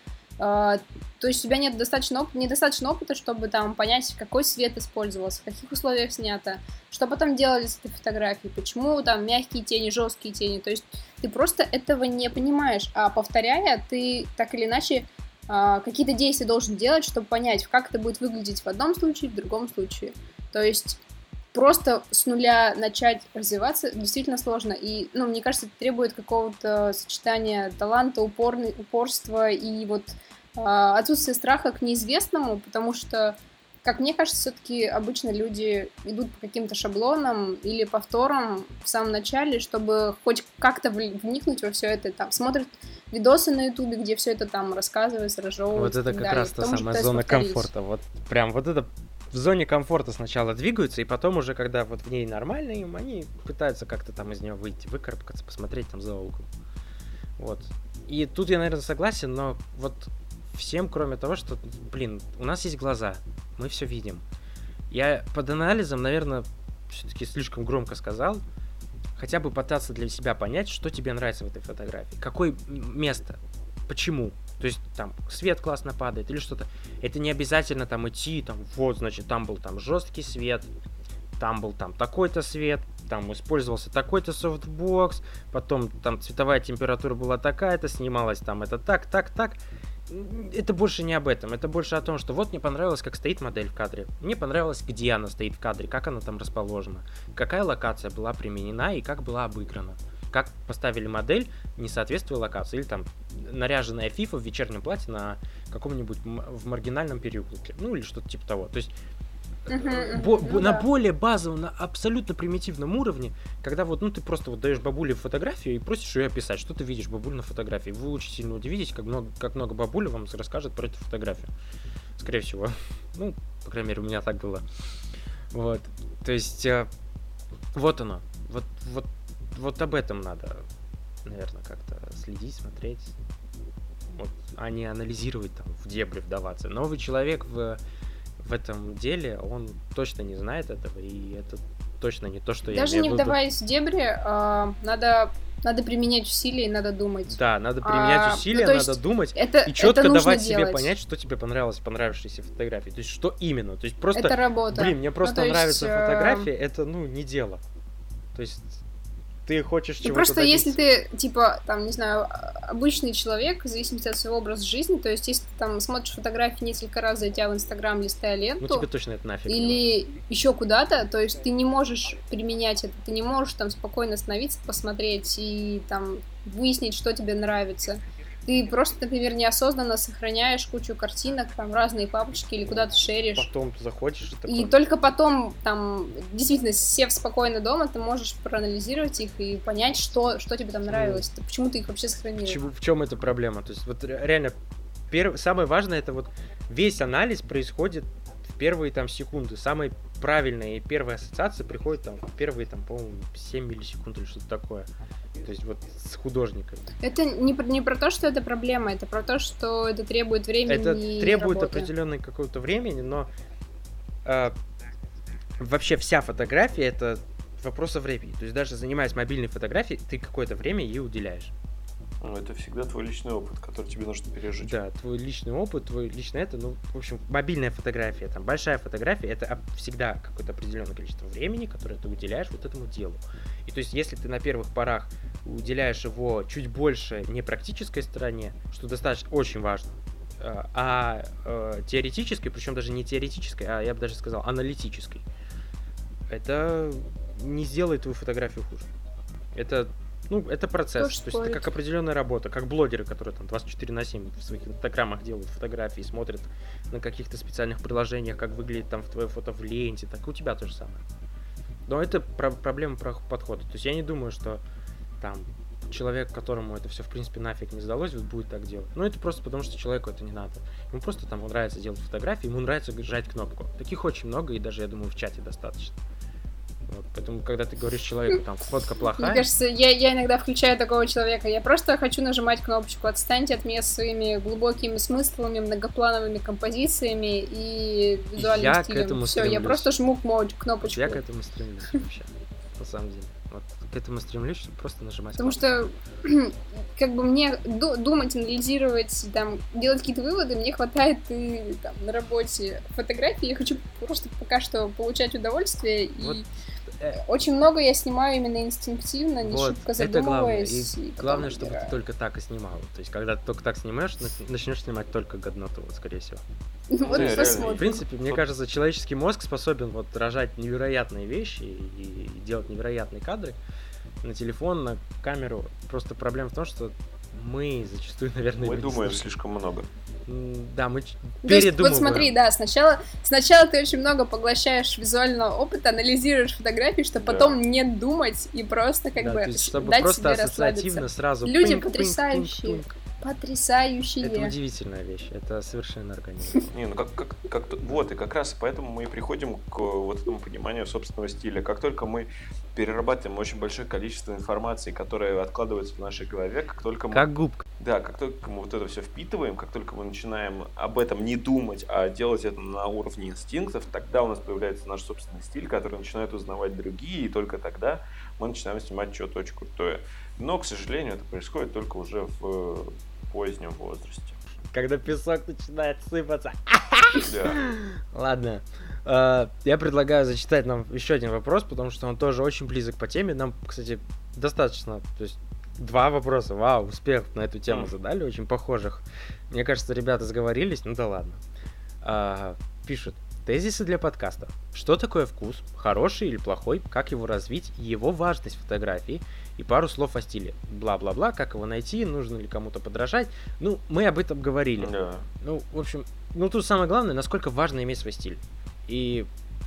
То есть у тебя нет недостаточно опыта, чтобы там понять, какой свет использовался, в каких условиях снято, что потом делали с этой фотографией, почему там мягкие тени, жесткие тени. То есть ты просто этого не понимаешь. А повторяя, ты так или иначе какие-то действия должен делать, чтобы понять, как это будет выглядеть в одном случае, в другом случае. То есть просто с нуля начать развиваться действительно сложно. И, ну, мне кажется, это требует какого-то сочетания таланта, упорства и вот отсутствия страха к неизвестному, потому что, как мне кажется, все-таки обычно люди идут по каким-то шаблонам или повторам в самом начале, чтобы хоть как-то вникнуть во все это, там, смотрят видосы на ютубе, где все это там рассказывается, разжевывается. Вот это как раз та самая зона комфорта. Вот прям вот это в зоне комфорта сначала двигаются, и потом уже, когда вот в ней нормально им, они пытаются как-то там из нее выйти, выкарабкаться, посмотреть там за угол. Вот. И тут я, наверное, согласен, но вот всем, кроме того, что, блин, у нас есть глаза, мы все видим. Я под анализом, наверное, все-таки слишком громко сказал, хотя бы пытаться для себя понять, что тебе нравится в этой фотографии, какое место, почему. То есть там свет классно падает или что-то. Это не обязательно там идти, там, вот, значит, там был там жесткий свет, там был там такой-то свет, там использовался такой-то софтбокс, потом там цветовая температура была такая-то, снималась там это так. Это больше не об этом, это больше о том, что вот мне понравилось, как стоит модель в кадре, мне понравилось, где она стоит в кадре, как она там расположена, какая локация была применена и как была обыграна, как поставили модель, не соответствуя локации, или там наряженная фифа в вечернем платье на каком-нибудь в маргинальном переулке, ну или что-то типа того, то есть на более базовом, на абсолютно примитивном уровне, когда вот, ну, ты просто вот даешь бабуле фотографию и просишь ее описать, что ты видишь бабуль на фотографии. Вы очень сильно удивитесь, как много бабуля вам расскажет про эту фотографию. Скорее всего. Ну, по крайней мере, у меня так было. Вот. То есть, вот оно. Вот об этом надо, наверное, как-то следить, смотреть. Вот, а не анализировать там, в дебри вдаваться. Новый человек в этом деле, он точно не знает этого, и это точно не то, что даже я не вдаваясь в дебри, надо применять усилия и надо думать. Да, надо применять усилия, надо думать и четко давать себе понять, что тебе понравилось в понравившейся фотографии. То есть, что именно. То есть, просто, это работа. Блин, мне просто нравится фотография, это, ну, не дело. То есть, ты хочешь чего-то просто добиться. Если ты, типа, там, не знаю, обычный человек, в зависимости от своего образа жизни, то есть, если ты там смотришь фотографии несколько раз, зайдя в Инстаграм, листая ленту, ну, тебе точно это нафиг. Или еще куда-то, то есть, ты не можешь применять это, ты не можешь там спокойно остановиться, посмотреть и там выяснить, что тебе нравится. Ты просто, например, неосознанно сохраняешь кучу картинок, там, разные папочки или куда-то шеришь. Потом ты заходишь и только потом, там, действительно, сев спокойно дома, ты можешь проанализировать их и понять, что тебе там нравилось, почему ты их вообще сохранил. В чем эта проблема? То есть, вот реально, самое важное, это вот весь анализ происходит в первые там секунды. Самые правильные первые ассоциации приходят там в первые, там, по-моему, 7 миллисекунд или что-то такое. То есть вот с художниками. Это не про то, что это проблема, это про то, что это требует времени. Это требует работы. определенной какого-то времени, но вообще вся фотография — это вопрос о времени. То есть даже занимаясь мобильной фотографией, ты какое-то время ей уделяешь. Ну, это всегда твой личный опыт, который тебе нужно пережить. Да, твой личный опыт, твой личный это, ну, в общем, мобильная фотография, там, большая фотография, это всегда какое-то определенное количество времени, которое ты уделяешь вот этому делу. И то есть, если ты на первых порах уделяешь его чуть больше не практической стороне, что достаточно очень важно, а теоретической, причем даже не теоретической, а я бы даже сказал аналитической, это не сделает твою фотографию хуже. Это процесс, то есть это как определенная работа, как блогеры, которые там 24/7 в своих инстаграмах делают фотографии, смотрят на каких-то специальных приложениях, как выглядит там твое фото в ленте, так и у тебя то же самое. Но это проблема подхода. То есть я не думаю, что там человек, которому это все в принципе нафиг не сдалось, вот будет так делать. Ну это просто потому, что человеку это не надо. Ему просто там нравится делать фотографии, ему нравится жать кнопку. Таких очень много, и даже, я думаю, в чате достаточно. Вот, поэтому, когда ты говоришь человеку, там, фотка плохая... Мне кажется, я иногда включаю такого человека. Я просто хочу нажимать кнопочку. Отстаньте от меня своими глубокими смыслами, многоплановыми композициями и визуальным стилем. Все, я просто жму кнопочку. Я к этому стремлюсь вообще, на самом деле. Вот к этому стремлюсь, чтобы просто нажимать Потому кнопку. что, как бы мне думать, анализировать, там, делать какие-то выводы, мне хватает и там, на работе фотографии. Я хочу просто пока что получать удовольствие. Вот. И очень много я снимаю именно инстинктивно, не Вот, шибко задумываясь. И главное, чтобы ты только так и снимал. То есть, когда ты только так снимаешь, начнешь снимать только годноту, вот, скорее всего. Вот посмотрим. В принципе, мне кажется, человеческий мозг способен вот рожать невероятные вещи и делать невероятные кадры на телефон, на камеру. Просто проблема в том, что мы зачастую, наверное... Мы думаем слишком много. Да, мы передумываем. Вот смотри, да, сначала ты очень много поглощаешь визуального опыта, анализируешь фотографии, чтобы потом не думать и просто как бы то есть, чтобы дать просто себе ассоциативно расслабиться. сразу... Люди потрясающие. Потрясающие. Это удивительная вещь, это совершенно организм. Не, ну вот, и как раз поэтому мы и приходим к вот этому пониманию собственного стиля. Как только мы перерабатываем очень большое количество информации, которая откладывается в нашей голове, как только мы... Как губка. Да, как только мы вот это все впитываем, как только мы начинаем об этом не думать, а делать это на уровне инстинктов, тогда у нас появляется наш собственный стиль, который начинают узнавать другие, и только тогда мы начинаем снимать что-то очень крутое. Но, к сожалению, это происходит только уже в позднем возрасте. Когда песок начинает сыпаться. Да. Ладно. Я предлагаю зачитать нам еще один вопрос, потому что он тоже очень близок по теме. Нам, кстати, достаточно, то есть 2 вопроса. Вау, успех на эту тему задали, очень похожих. Мне кажется, ребята сговорились, ну да ладно. Пишут. Тезисы для подкаста. Что такое вкус? Хороший или плохой? Как его развить? Его важность фотографии. И пару слов о стиле. Бла-бла-бла. Как его найти? Нужно ли кому-то подражать? Ну, мы об этом говорили. Да. Ну, в общем, тут самое главное, насколько важно иметь свой стиль. И,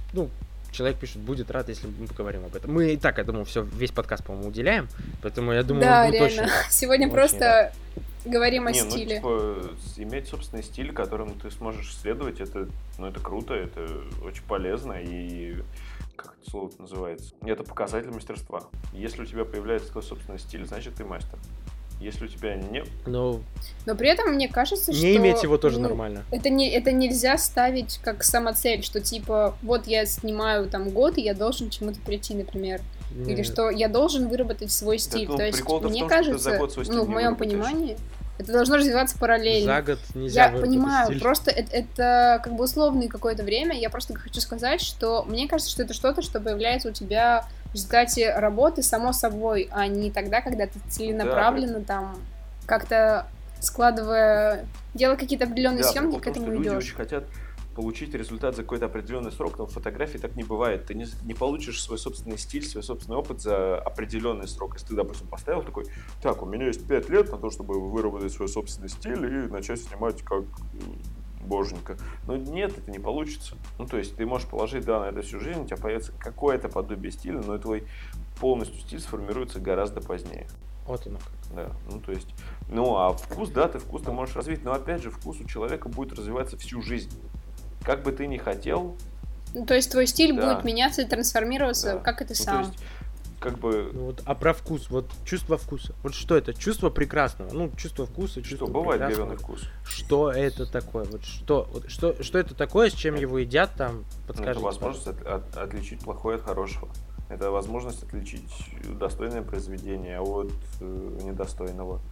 человек пишет, будет рад, если мы поговорим об этом. Мы и так, я думаю, весь подкаст, по-моему, уделяем. Поэтому я думаю, да, он будет реально. очень... Сегодня очень просто... рад. Говорим о стиле. Иметь собственный стиль, которым ты сможешь следовать, это круто, это очень полезно, и как это слово называется? Это показатель мастерства. Если у тебя появляется твой собственный стиль, значит ты мастер. Если у тебя нет... Но при этом мне кажется, что... Не иметь его тоже нормально. Это нельзя ставить как самоцель, что типа, вот я снимаю там год, и я должен к чему-то прийти, например. Или что я должен выработать свой стиль. То есть, мне кажется, в моем понимании, это должно развиваться параллельно. За год нельзя выработать стиль. Я понимаю, просто это как бы условное какое-то время. Я просто хочу сказать, что мне кажется, что это что-то, что появляется у тебя в результате работы само собой, а не тогда, когда ты целенаправленно там как-то складывая, делая какие-то определенные съемки, к этому идешь. Люди очень хотят получить результат за какой-то определенный срок, но в фотографии так не бывает. Ты не получишь свой собственный стиль, свой собственный опыт за определенный срок. Если ты, допустим, поставил такой, так, у меня есть 5 лет на то, чтобы выработать свой собственный стиль и начать снимать как боженька. Но нет, это не получится. То есть ты можешь положить, на это всю жизнь, у тебя появится какое-то подобие стиля, но твой полностью стиль сформируется гораздо позднее. Вот оно как. Да, то есть, а вкус, ты вкус ты можешь развить, но опять же, вкус у человека будет развиваться всю жизнь. Как бы ты ни хотел... то есть твой стиль будет меняться и трансформироваться, как и ты сам. То есть, как бы... А про вкус, чувство вкуса. Вот что это? Чувство прекрасного. Чувство вкуса, чувство бывает прекрасного. говёный вкус? Что это такое? Что это такое, с чем его едят там? Подскажите. Это возможность отличить плохое от хорошего. Это возможность отличить достойное произведение от недостойного.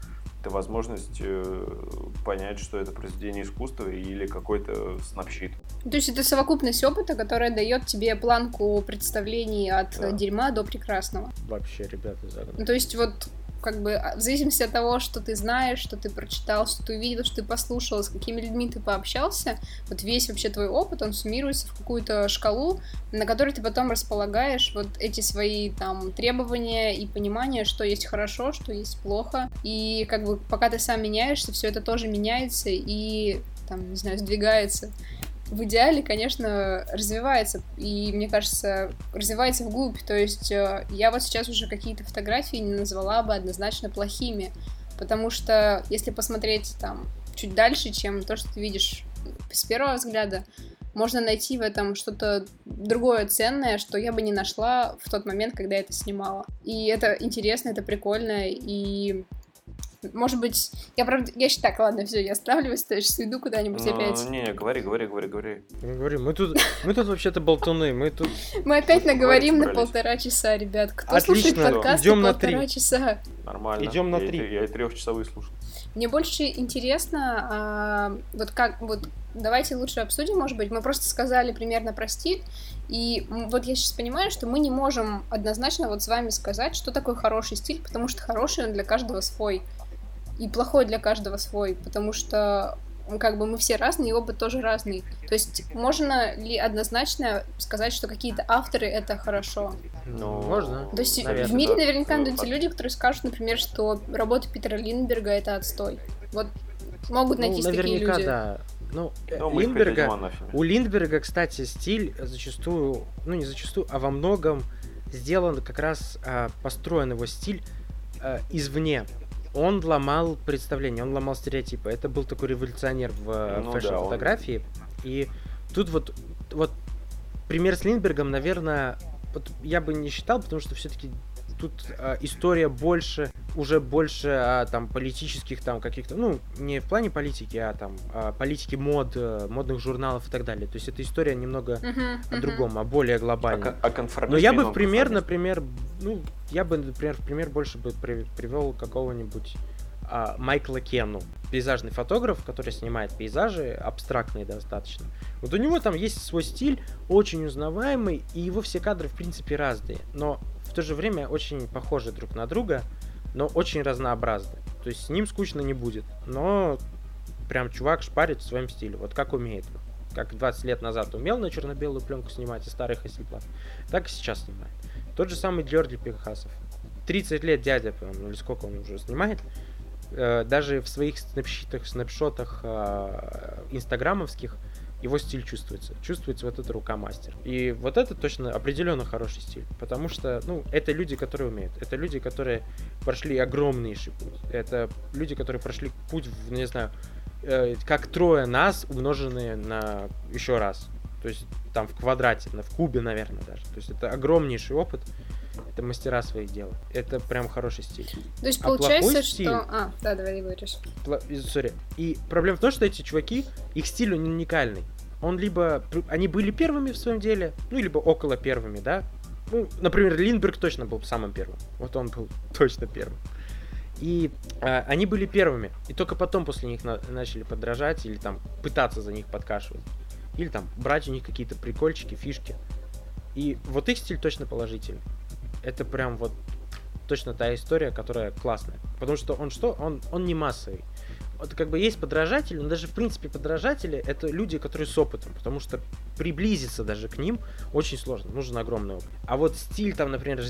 это возможность понять, что это произведение искусства или какой-то снапщит. То есть это совокупность опыта, которая дает тебе планку представлений от дерьма до прекрасного. Вообще, ребята, загадка. То есть вот как бы в зависимости от того, что ты знаешь, что ты прочитал, что ты увидел, что ты послушал, с какими людьми ты пообщался, вот весь вообще твой опыт, он суммируется в какую-то шкалу, на которой ты потом располагаешь вот эти свои там требования и понимание, что есть хорошо, что есть плохо, и как бы пока ты сам меняешься, все это тоже меняется и там, не знаю, сдвигается. В идеале, конечно, развивается, и, мне кажется, развивается вглубь, то есть я вот сейчас уже какие-то фотографии не назвала бы однозначно плохими, потому что если посмотреть там чуть дальше, чем то, что ты видишь с первого взгляда, можно найти в этом что-то другое ценное, что я бы не нашла в тот момент, когда я это снимала. И это интересно, это прикольно, и... Может быть, я считаю, так, ладно, все, я останавливаюсь, то есть иду куда-нибудь опять. Не, говори. Говори, мы тут вообще-то болтуны, мы опять наговорим на 1,5 часа, ребят. Кто слушает подкасты 1,5 часа? Нормально. Идем на 3. Я и 3-часовые слушал. Мне больше интересно, давайте лучше обсудим, может быть. Мы просто сказали примерно про стиль, и вот я сейчас понимаю, что мы не можем однозначно вот с вами сказать, что такое хороший стиль, потому что хороший он для каждого свой, и плохой для каждого свой, потому что как бы мы все разные, и опыт тоже разный. То есть можно ли однозначно сказать, что какие-то авторы — это хорошо? Ну, можно. То есть в мире наверняка найдутся люди, которые скажут, например, что работа Питера Линдберга — это отстой. Вот могут найтись такие люди. Наверняка, да. У Линдберга, кстати, стиль зачастую, не зачастую, а во многом сделан как раз, построен его стиль извне. Он ломал представления, он ломал стереотипы. Это был такой революционер в фэшн-фотографии. И тут вот пример с Линдбергом, наверное, вот я бы не считал, потому что все-таки тут история больше там политических там каких-то, не в плане политики, а там политики модных журналов и так далее. То есть эта история немного о другом, о более глобальном. Но я бы в пример, например, больше бы привел какого-нибудь Майкла Кенну, пейзажный фотограф, который снимает пейзажи абстрактные достаточно. Вот у него там есть свой стиль, очень узнаваемый, и его все кадры в принципе разные, но в то же время очень похожи друг на друга, но очень разнообразны. То есть с ним скучно не будет, но прям чувак шпарит в своем стиле, вот как умеет. Как 20 лет назад умел на черно-белую пленку снимать из старых Hasselblad, так и сейчас снимает. Тот же самый Джорди Пикассов. 30 лет дядя, по-моему, или сколько он уже снимает. Даже в своих снапшотах инстаграмовских его стиль чувствуется. Чувствуется вот эта рука мастер. И вот это точно определенно хороший стиль. Потому что, это люди, которые умеют. Это люди, которые прошли огромнейший путь. Это люди, которые прошли путь, не знаю, как 3 нас, умноженные на еще раз. То есть там в квадрате, в кубе, наверное, даже. То есть это огромнейший опыт. Это мастера своих дел. Это прям хороший стиль. То есть получается, что... Да, давай говоришь. И проблема в том, что эти чуваки, их стиль он уникальный. Они были первыми в своем деле, либо около первыми, да. Например, Линдберг точно был самым первым. Вот он был точно первым. И они были первыми. И только потом после них начали подражать или там пытаться за них подкашивать. Или там брать у них какие-то прикольчики, фишки. И вот их стиль точно положительный. Это прям вот точно та история, которая классная. Потому что он не массовый. Вот как бы есть подражатели, но даже в принципе подражатели — это люди, которые с опытом. Потому что приблизиться даже к ним очень сложно. Нужен огромный опыт. А вот стиль там, например,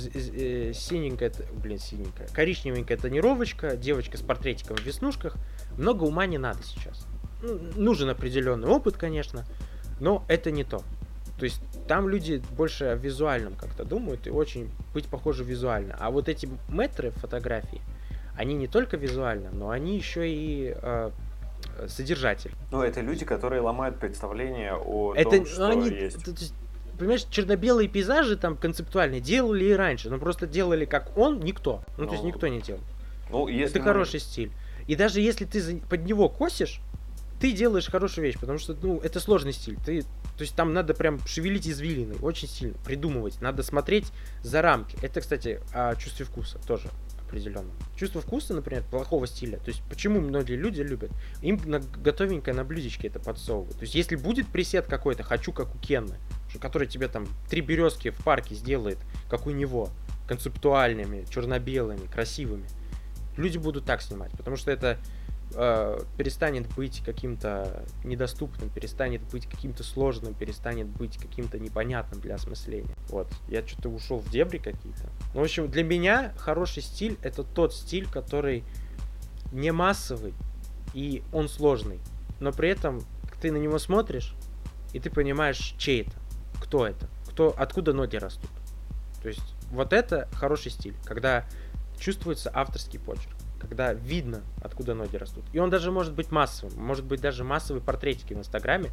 коричневенькая тонировочка, девочка с портретиком в веснушках. Много ума не надо сейчас. Нужен определенный опыт, конечно, но это не то. То есть там люди больше о визуальном как-то думают и очень быть похожи визуально. А вот эти мэтры фотографии, они не только визуально, но они еще и содержатель. Это люди, которые ломают представление о том, что есть. Понимаешь, черно-белые пейзажи там концептуальные делали и раньше, но просто делали как он никто. То есть никто не делал. Это хороший стиль. И даже если ты под него косишь, ты делаешь хорошую вещь, потому что, это сложный стиль. То есть там надо прям шевелить извилины, очень сильно придумывать, надо смотреть за рамки. Это, кстати, о чувстве вкуса тоже определенного. Чувство вкуса, например, плохого стиля. То есть, почему многие люди любят? Им готовенькое на блюдечке это подсовывают. То есть, если будет пресет какой-то, хочу как у Кенны, который тебе там 3 березки в парке сделает, как у него, концептуальными, черно-белыми, красивыми, люди будут так снимать, потому что это перестанет быть каким-то недоступным, перестанет быть каким-то сложным, перестанет быть каким-то непонятным для осмысления. Вот. Я что-то ушел в дебри какие-то. Ну, в общем, для меня хороший стиль — это тот стиль, который не массовый, и он сложный. Но при этом ты на него смотришь, и ты понимаешь, чей это, кто это, откуда ноги растут. То есть вот это хороший стиль, когда чувствуется авторский почерк, когда видно, откуда ноги растут. И он даже может быть массовым, может быть даже массовые портретики в Инстаграме,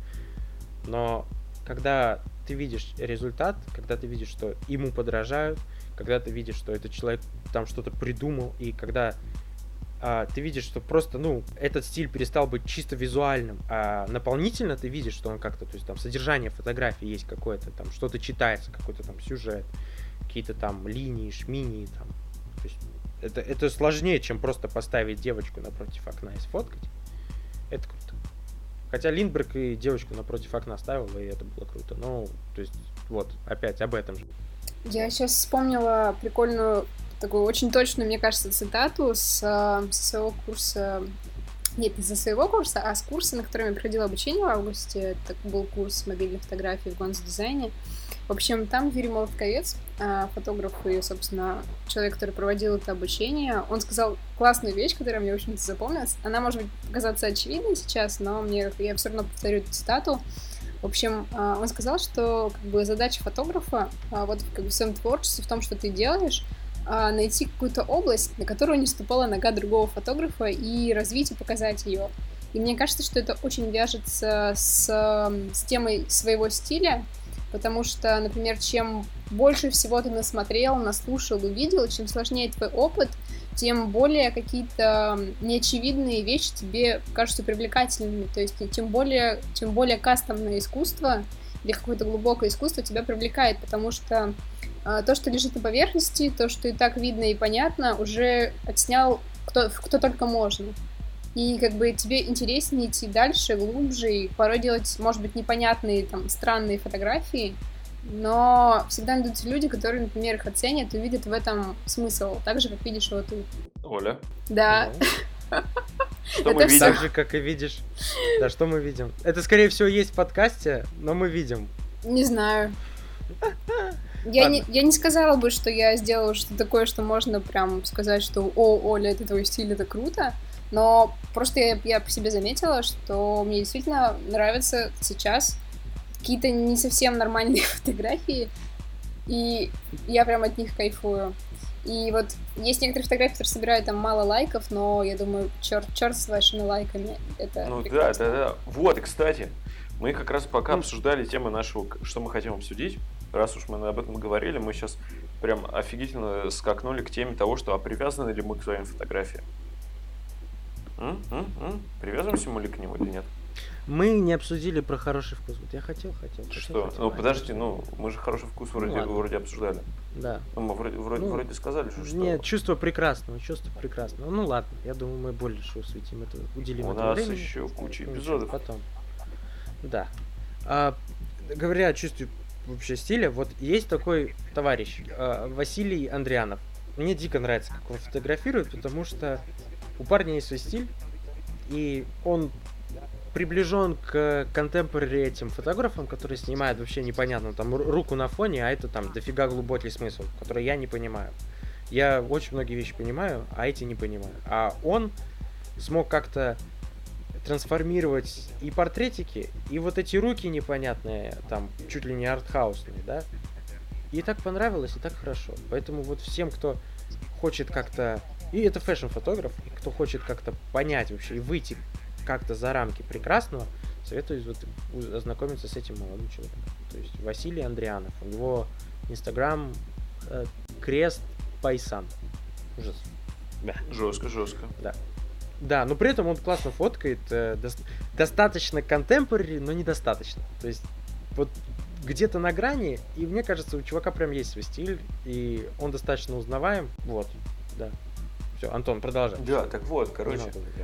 но когда ты видишь результат, когда ты видишь, что ему подражают, когда ты видишь, что этот человек там что-то придумал, и когда ты видишь, что просто, этот стиль перестал быть чисто визуальным, а наполнительно ты видишь, что он как-то, то есть там содержание фотографии есть какое-то, там что-то читается, какой-то там сюжет, какие-то там линии, шминии, там, то есть это сложнее, чем просто поставить девочку напротив окна и сфоткать. Это круто. Хотя Линдберг и девочку напротив окна ставил, и это было круто. Ну, то есть, вот, опять об этом же. Я сейчас вспомнила прикольную, такую очень точную, мне кажется, цитату со своего курса. Нет, не со своего курса, а с курса, на котором я проходила обучение в августе. Это был курс мобильных фотографий в Гонс-дизайне. В общем, там Юрий Молотковец, фотограф и, собственно, человек, который проводил это обучение, он сказал классную вещь, которая мне, в общем-то, запомнилась. Она, может быть, показаться очевидной сейчас, но я все равно повторю эту цитату. В общем, он сказал, что задача фотографа вот в своем творчестве, в том, что ты делаешь, найти какую-то область, на которую не ступала нога другого фотографа, и развить и показать ее. И мне кажется, что это очень вяжется с темой своего стиля, потому что, например, чем больше всего ты насмотрел, наслушал, увидел, чем сложнее твой опыт, тем более какие-то неочевидные вещи тебе кажутся привлекательными. То есть тем более кастомное искусство или какое-то глубокое искусство тебя привлекает, потому что то, что лежит на поверхности, то, что и так видно и понятно, уже отснял кто только можно. И тебе интереснее идти дальше, глубже, и порой делать, может быть, непонятные, странные фотографии, но всегда найдутся люди, которые, например, их оценят и увидят в этом смысл, так же, как видишь его ты. Оля? Да. Что мы видим? Так же, как и видишь. Да, что мы видим? Это, скорее всего, есть в подкасте, но мы видим. Не знаю. Я не сказала бы, что я сделала что-то такое, что можно прям сказать, что Оля, это твой стиль, это круто. Но просто я по себе заметила, что мне действительно нравятся сейчас какие-то не совсем нормальные фотографии, и я прям от них кайфую. И вот есть некоторые фотографии, которые собирают там мало лайков, но я думаю, черт с вашими лайками. Это прекрасно. Да. Вот, и кстати, мы как раз пока обсуждали темы нашего, что мы хотим обсудить, раз уж мы об этом говорили, мы сейчас прям офигительно скакнули к теме того, что привязаны ли мы к своим фотографиям. Привязываемся мы ли к нему или нет? Мы не обсудили про хороший вкус. Вот я хотел. Что? Подождите, мы же хороший вкус вроде обсуждали. Да. Мы вроде сказали, что... Нет, чувство прекрасного. Ну ладно, я думаю, мы больше осветим это, уделим у этому нас времени. еще куча эпизодов. Потом. Да. Говоря о чувстве вообще стиля, вот есть такой товарищ, Василий Андрианов. Мне дико нравится, как он фотографирует, потому что у парня есть свой стиль, и он приближен к контемпорари этим фотографам, которые снимают вообще непонятно, там руку на фоне, а это там дофига глубокий смысл, который я не понимаю. Я очень многие вещи понимаю, а эти не понимаю. А он смог как-то трансформировать и портретики, и вот эти руки непонятные, там чуть ли не артхаусные, да. И так понравилось, и так хорошо. Поэтому вот всем, кто хочет как-то... И это фэшн-фотограф, и кто хочет как-то понять вообще и выйти как-то за рамки прекрасного, советую ознакомиться с этим молодым человеком. То есть Василий Андрианов. У него Инстаграм Крест Пайсан. Ужас. Да. Жестко. Да, но при этом он классно фоткает, достаточно контемпорари, но недостаточно. То есть вот где-то на грани, и мне кажется, у чувака прям есть свой стиль, и он достаточно узнаваем. Вот, да. Все, Антон, продолжай. Да, так вот, короче,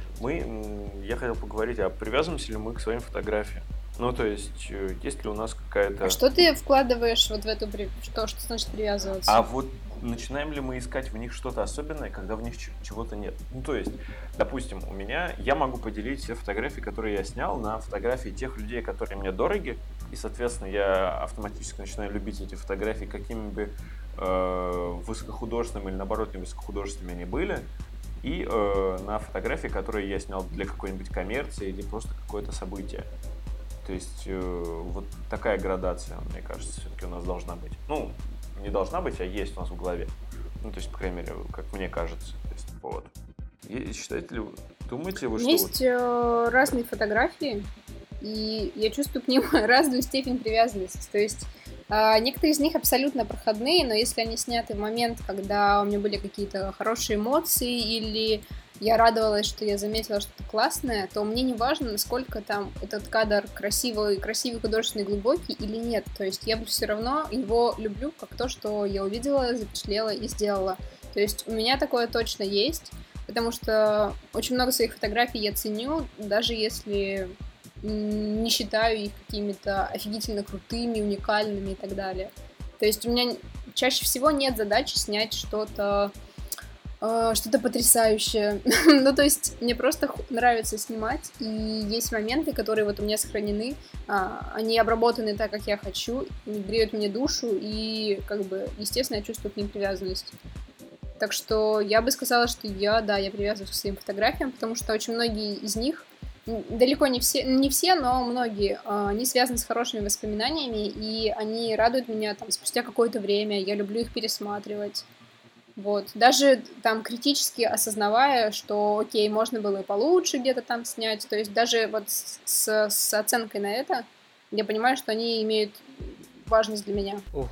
я хотел поговорить, а привязываемся ли мы к своим фотографиям? Ну, то есть ли у нас какая-то... А что ты вкладываешь вот в эту... Что значит привязываться? А вот начинаем ли мы искать в них что-то особенное, когда в них чего-то нет? Ну, то есть, допустим, я могу поделить все фотографии, которые я снял, на фотографии тех людей, которые мне дороги, и, соответственно, я автоматически начинаю любить эти фотографии, какими бы высокохудожественными или, наоборот, не высокохудожественными они были, и на фотографии, которые я снял для какой-нибудь коммерции или просто какое-то событие. То есть вот такая градация, мне кажется, все-таки у нас должна быть. Ну, не должна быть, а есть у нас в голове. Ну, то есть, по крайней мере, как мне кажется. То есть, вот. Считаете ли вы, думаете вы, что... Есть разные фотографии, и я чувствую к ним разную степень привязанности. То есть некоторые из них абсолютно проходные, но если они сняты в момент, когда у меня были какие-то хорошие эмоции, или я радовалась, что я заметила что-то классное, то мне не важно, насколько там этот кадр красивый, художественный, глубокий или нет. То есть я все равно его люблю как то, что я увидела, запечатлела и сделала. То есть у меня такое точно есть, потому что очень много своих фотографий я ценю, даже если не считаю их какими-то офигительно крутыми, уникальными и так далее. То есть у меня чаще всего нет задачи снять что-то потрясающее. Ну, то есть мне просто нравится снимать, и есть моменты, которые вот у меня сохранены, они обработаны так, как я хочу, они греют мне душу, и, как бы, естественно, я чувствую к ним привязанность. Так что я бы сказала, что я привязываюсь к своим фотографиям, потому что очень многие из них, далеко не все, но многие, они связаны с хорошими воспоминаниями, и они радуют меня там спустя какое-то время, я люблю их пересматривать. Вот. Даже там критически осознавая, что окей, можно было и получше где-то там снять. То есть даже вот с оценкой на это я понимаю, что они имеют важность для меня. Ох,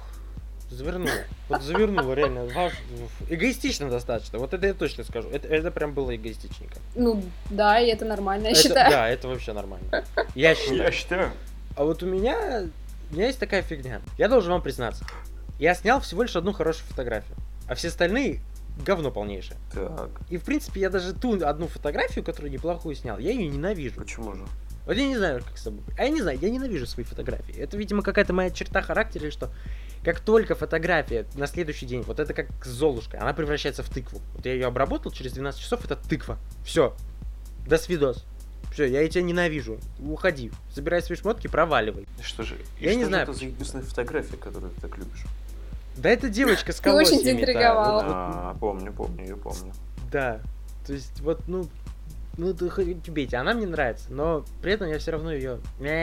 завернула реально. Эгоистично достаточно. Вот это я точно скажу. Это прям было эгоистичненько. Ну да, и это нормально, я считаю. Да, это вообще нормально. Я считаю. А вот у меня есть такая фигня. Я должен вам признаться. Я снял всего лишь одну хорошую фотографию. А все остальные говно полнейшее. Так. И, в принципе, я даже ту одну фотографию, которую неплохую снял, я ее ненавижу. Почему же? Вот я не знаю, как с собой. А я не знаю, я ненавижу свои фотографии. Это, видимо, какая-то моя черта характера, или что как только фотография на следующий день, вот это как с Золушкой, она превращается в тыкву. Вот я ее обработал, через 12 часов это тыква. Все. До свидос. Все, я тебя ненавижу. Уходи. Забирай свои шмотки, проваливай. Что же? Я не знаю. Это за единственная фотография, которую ты так любишь? Да это девочка с колосьями. Ты очень заинтриговал. Помню, ее помню. Да, то есть вот, ну ты хоть убейте, она мне нравится, но при этом я все равно ее...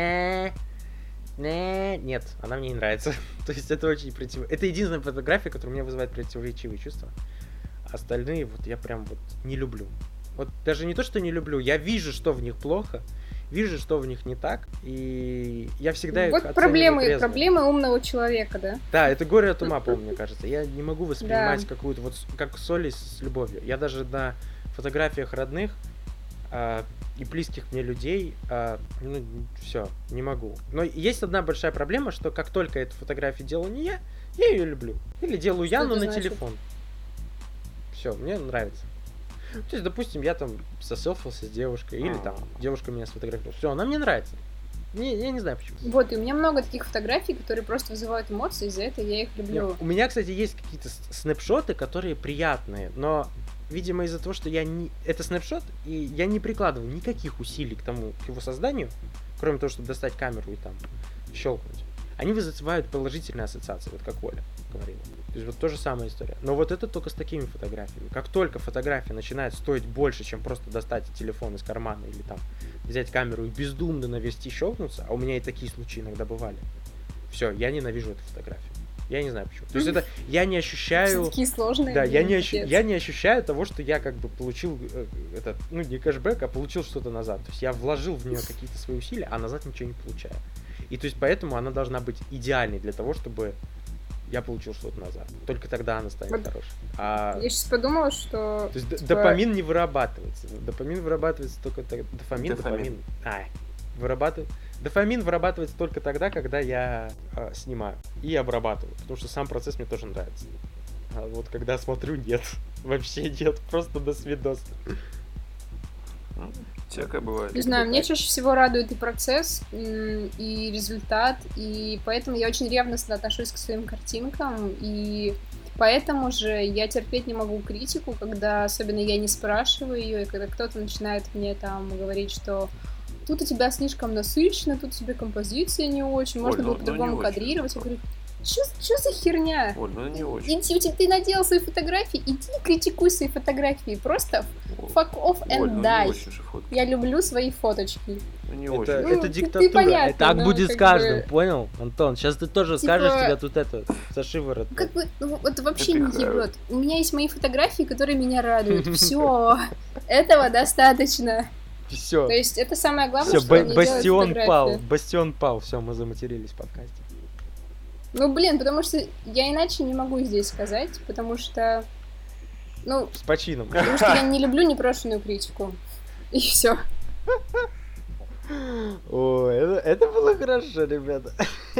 Нет, она мне не нравится. То есть это очень Это единственная фотография, которая у меня вызывает противоречивые чувства. Остальные вот я прям вот не люблю. Вот даже не то, что не люблю, я вижу, что в них плохо, вижу, что в них не так, и я всегда их оцениваю трезво. Проблемы умного человека, да? Да, это горе от ума, мне кажется. Я не могу воспринимать какую-то вот как соль с любовью. Я даже на фотографиях родных и близких мне людей, все, не могу. Но есть одна большая проблема, что как только эту фотографию делаю не я ее люблю. Или делаю я, но на телефон. Все, мне нравится. То есть, допустим, я там соселфился с девушкой, или там девушка меня сфотографировала. Все, она мне нравится. Я не знаю почему. Вот, и у меня много таких фотографий, которые просто вызывают эмоции, из-за этого я их люблю. Нет, у меня, кстати, есть какие-то снапшоты, которые приятные, но, видимо, из-за того, что это снапшот, и я не прикладываю никаких усилий к его созданию, кроме того, чтобы достать камеру и там щелкнуть. Они вызывают положительные ассоциации, вот как Оля говорила. То есть вот та же самая история. Но вот это только с такими фотографиями. Как только фотография начинает стоить больше, чем просто достать телефон из кармана или там взять камеру и бездумно навести, щелкнуться, а у меня и такие случаи иногда бывали, все, я ненавижу эту фотографию. Я не знаю почему. То есть это я не ощущаю... Такие сложные. Да, я не ощущаю того, что я как бы получил не кэшбэк, а получил что-то назад. То есть я вложил в нее какие-то свои усилия, а назад ничего не получаю. И то есть поэтому она должна быть идеальной для того, чтобы я получил что-то назад. Только тогда она станет хорошей. Я сейчас подумала, что... То есть допамин не вырабатывается. Допамин вырабатывается только тогда... Дофамин. Дофамин вырабатывается только тогда, когда я снимаю и обрабатываю. Потому что сам процесс мне тоже нравится. А вот когда смотрю, нет. Вообще нет, просто до свидос. Всякое бывает. Не знаю, мне чаще всего радует и процесс, и результат, и поэтому я очень ревностно отношусь к своим картинкам, и поэтому же я терпеть не могу критику, когда особенно я не спрашиваю ее, и когда кто-то начинает мне там говорить, что тут у тебя слишком насыщенно, тут тебе композиция не очень, можно было по-другому кадрировать. Я говорю, что за херня? Оль, ну не очень. Иди, ты наделал свои фотографии, иди критикуй свои фотографии. Просто fuck off and Оль, die. Я люблю свои фоточки. Ну не Это, очень. это диктатура. понятно, так но будет с как каждым, бы- понял, Антон? Сейчас ты тоже Типа- скажешь, тебя тут это за шиворот. Как бы, ну, это вообще Это не хрень. ебет. У меня есть мои фотографии, которые меня радуют. Все, этого достаточно. Все, То есть это самое главное, все, что мне делает бастион фотография. пал, бастион пал, все, мы заматерились в подкасте. Ну, блин, потому что я иначе не могу здесь сказать, потому что, ну, С почином. потому что я не люблю непрошенную критику. И все. О, это было хорошо, ребята.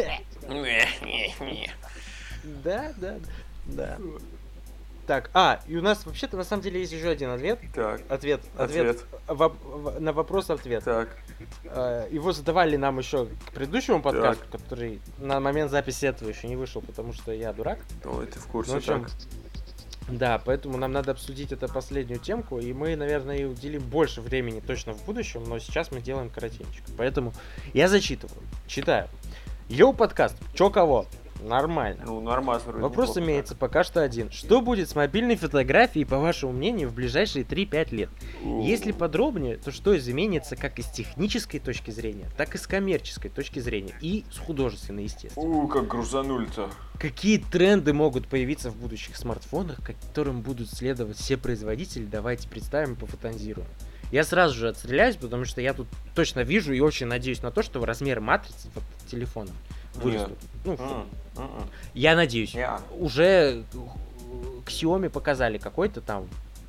Да. Так, и у нас вообще-то на самом деле есть еще один ответ. Так, Ответ. На вопрос-ответ. так. Его задавали нам еще к предыдущему подкасту, который на момент записи этого еще не вышел, потому что я дурак. Ой, ты в курсе, Ну, в общем, так. да, поэтому нам надо обсудить эту последнюю темку, и мы, наверное, ей уделим больше времени точно в будущем, но сейчас мы делаем коротенечко. Поэтому я читаю. Йоу, подкаст, чё кого? Нормально. Ну, нормально. вроде Вопрос неплохо, имеется пока что один. Что будет с мобильной фотографией, по вашему мнению, в ближайшие 3-5 лет? так. Если подробнее, то что изменится как и с технической точки зрения, так и с коммерческой точки зрения, и с художественной, естественно. Как грузанули-то. Какие тренды могут появиться в будущих смартфонах, которым будут следовать все производители? Давайте представим и пофантазируем. Я сразу же отстреляюсь, потому что я тут точно вижу и очень надеюсь на то, что размер матрицы телефона вырастут. Ну, я надеюсь. Уже Xiaomi показали какой-то там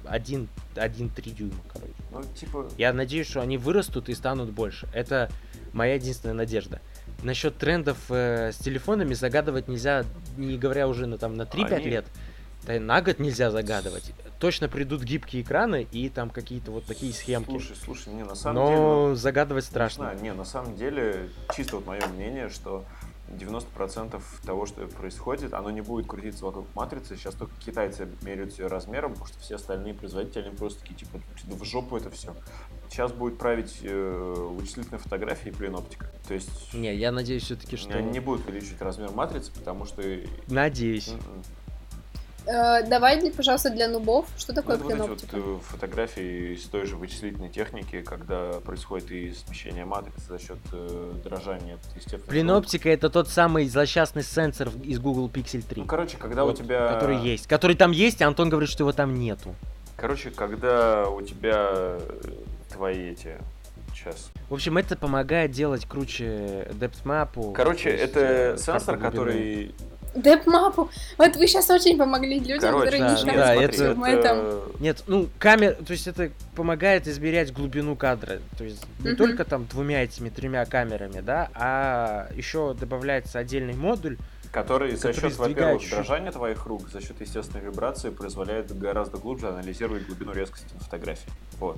1,3 дюйма, короче. Ну, типа... Я надеюсь, что они вырастут и станут больше. Это моя единственная надежда. Насчет трендов с телефонами загадывать нельзя, не говоря уже на 3-5 лет. Да, на год нельзя загадывать. Точно придут гибкие экраны и там какие-то вот такие схемки. Слушай, не, на самом Но деле... загадывать страшно. Не, на самом деле, чисто вот мое мнение, что 90% того, что происходит, оно не будет крутиться вокруг матрицы. Сейчас только китайцы меряют ее размером, потому что все остальные производители, они просто такие, типа, в жопу это все. Сейчас будет править вычислительная фотография и плейноптика. То есть... Не, я надеюсь все-таки, что... Они не будут увеличивать размер матрицы, потому что... Надеюсь. Давай, пожалуйста, для нубов, что такое Вот плейноптика? эти вот фотографии из той же вычислительной техники, когда происходит и смещение матрицы за счет дрожания. Плейноптика — это тот самый злосчастный сенсор из Google Pixel 3. Ну, короче, когда вот, у тебя... Который есть. Который там есть, а Антон говорит, что его там нету. Короче, когда у тебя твои эти... Сейчас. В общем, это помогает делать круче depth-мапу. Короче, это сенсор, который... Депмапу. Вот вы сейчас очень помогли людям, Короче, которые не да, шарят это- в этом. Нет, камера, то есть это помогает измерять глубину кадра. То есть не Мгм. только там 3 камерами, да, а еще добавляется отдельный модуль. Который за который счет, сдвигает во-первых, чуть-чуть. дрожания твоих рук, за счет естественной вибрации позволяет гораздо глубже анализировать глубину резкости фотографии. Вот.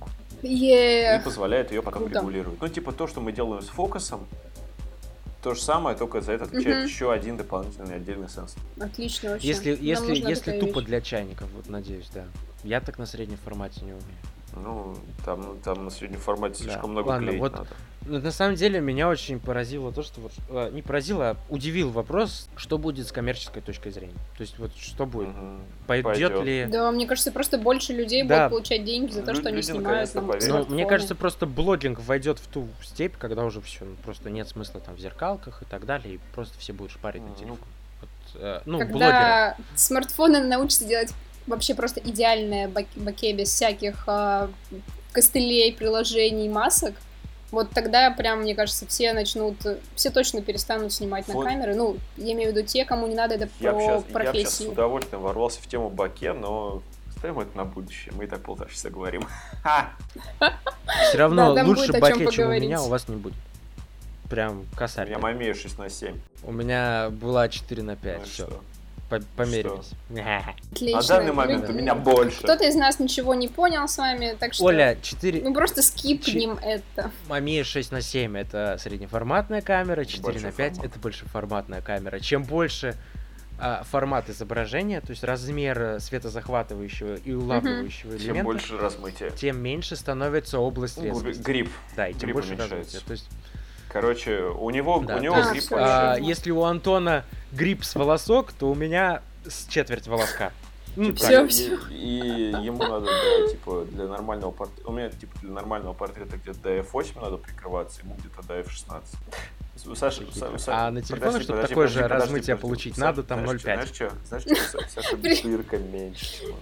И позволяет ее потом Круто. регулировать. Ну, типа то, что мы делаем с фокусом, то же самое, только за это отвечает Мгм. еще один дополнительный отдельный сенсор. Отлично вообще. Если тупо для чайников, вот надеюсь, да. Я так на среднем формате не умею. Ну, там на среднем формате Да. слишком много Ладно, клеить вот надо. Но на самом деле меня очень поразило то, что не поразило, а удивил вопрос, что будет с коммерческой точкой зрения. То есть вот что будет? Мгм. Пойдет ли... Да, мне кажется, просто больше людей Да. будут получать деньги за то, что они Люди снимают наконец-то там поверят. Ну, мне смартфоны. кажется, просто блогинг войдет в ту степь, когда уже все, просто нет смысла там в зеркалках и так далее, и просто все будут шпарить на Ну, телефон. Блогеры. Когда смартфоны научатся делать вообще просто идеальное боке без всяких костылей, приложений, масок, вот тогда прям, мне кажется, все точно перестанут снимать на Вот. камеры. Ну, я имею в виду те, кому не надо это Я про бы сейчас с профессию. удовольствием ворвался в тему баке, но ставим это на будущее. Мы и так 1,5 часа говорим. Ха! Все равно Да, там лучше будет о чем баке, чем у поговорить. меня, у вас не будет. Прям У косарь. меня Мамея 6/7. У меня была 4/5, Ну и все. что? померимся. Отлично. На данный момент у меня больше. Кто-то из нас ничего не понял с вами, так что... Оля, 4... Мы просто скипнем это. Mamiya 6:7 это среднеформатная камера, 4:5 это большеформатная камера. Чем больше формат изображения, то есть размер светозахватывающего и улавливающего элемента, тем больше размытия, тем меньше становится область резкости. Грип. Да, и тем больше размытия. То есть... Короче, у него грип вообще. Если у Антона грип с волосок, то у меня с четверть волоска. Все. И ему надо, да, типа, для нормального портрета... У меня, типа, для нормального портрета где-то до F8 надо прикрываться, ему где-то до F16. Саша, а на телефоне, чтобы такое же размытие получить, надо там 0,5. Знаешь что, Саша дырка меньше, чем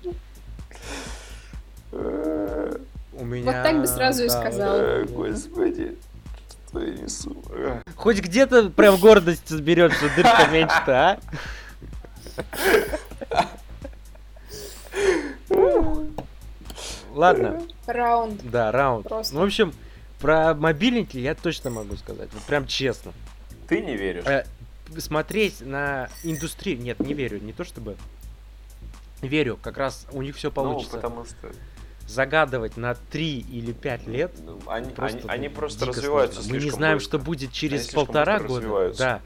у меня. Вот так бы сразу и сказал. Господи, что я несу. Хоть где-то прям гордость сберет, что дырка меньше-то, Ладно. Раунд. Да, раунд. Просто. Ну, в общем, про мобильники я точно могу сказать. Вот прям честно. Ты не веришь? Смотреть на индустрию... Нет, не верю. Не то чтобы... Верю. Как раз у них все получится. Ну, потому что... Загадывать на 3 или 5 лет... Они просто развиваются слишком Мы не знаем, быстро. что будет через 1,5 года. Да.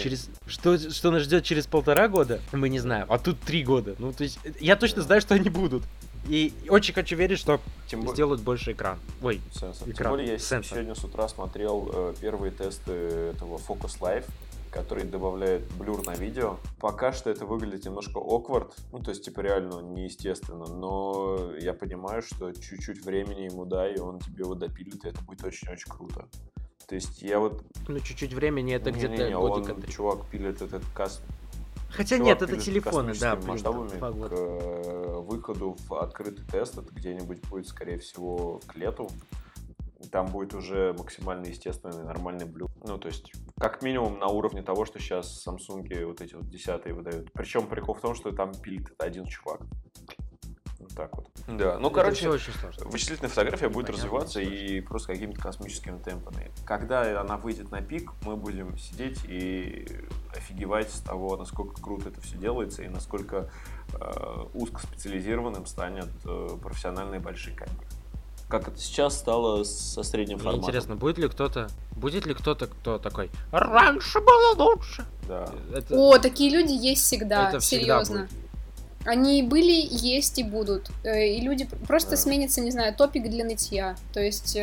Что нас ждет через 1,5 года, мы не знаем. А тут 3 года. Ну, то есть, я точно знаю, что они будут. И очень хочу верить, что сделают больше экран. Ой, экран. Тем более я сегодня с утра смотрел первые тесты этого Focus Live, который добавляет блюр на видео. Пока что это выглядит немножко awkward, ну, то есть, типа, реально неестественно, но я понимаю, что чуть-чуть времени ему дай, и он тебе его допилит, и это будет очень-очень круто. То есть, я вот... Ну, чуть-чуть времени, это где-то годика 3. Чувак пилит этот каст. Хотя нет, это телефоны, да, масштабами к выходу в открытый тест, это где-нибудь будет, скорее всего, к лету. Там будет уже максимально естественный, нормальный блюр. Ну, то есть, как минимум на уровне того, что сейчас Samsung вот эти вот 10-е выдают. Причем прикол в том, что там пилит один чувак. Вот так вот. Да, ну, короче, очень сложно. Вычислительная фотография будет развиваться и просто какими-то космическими темпами. Когда она выйдет на пик, мы будем сидеть и офигевать с того, насколько круто это все делается и насколько узкоспециализированным станет профессиональные большие камеры. Как это сейчас стало со средним форматом. Мне интересно, будет ли кто-то, кто такой «Раньше было лучше». Да. О, такие люди есть всегда, это серьезно. Всегда они были, есть и будут. И люди просто сменится, не знаю, топик для нытья. То есть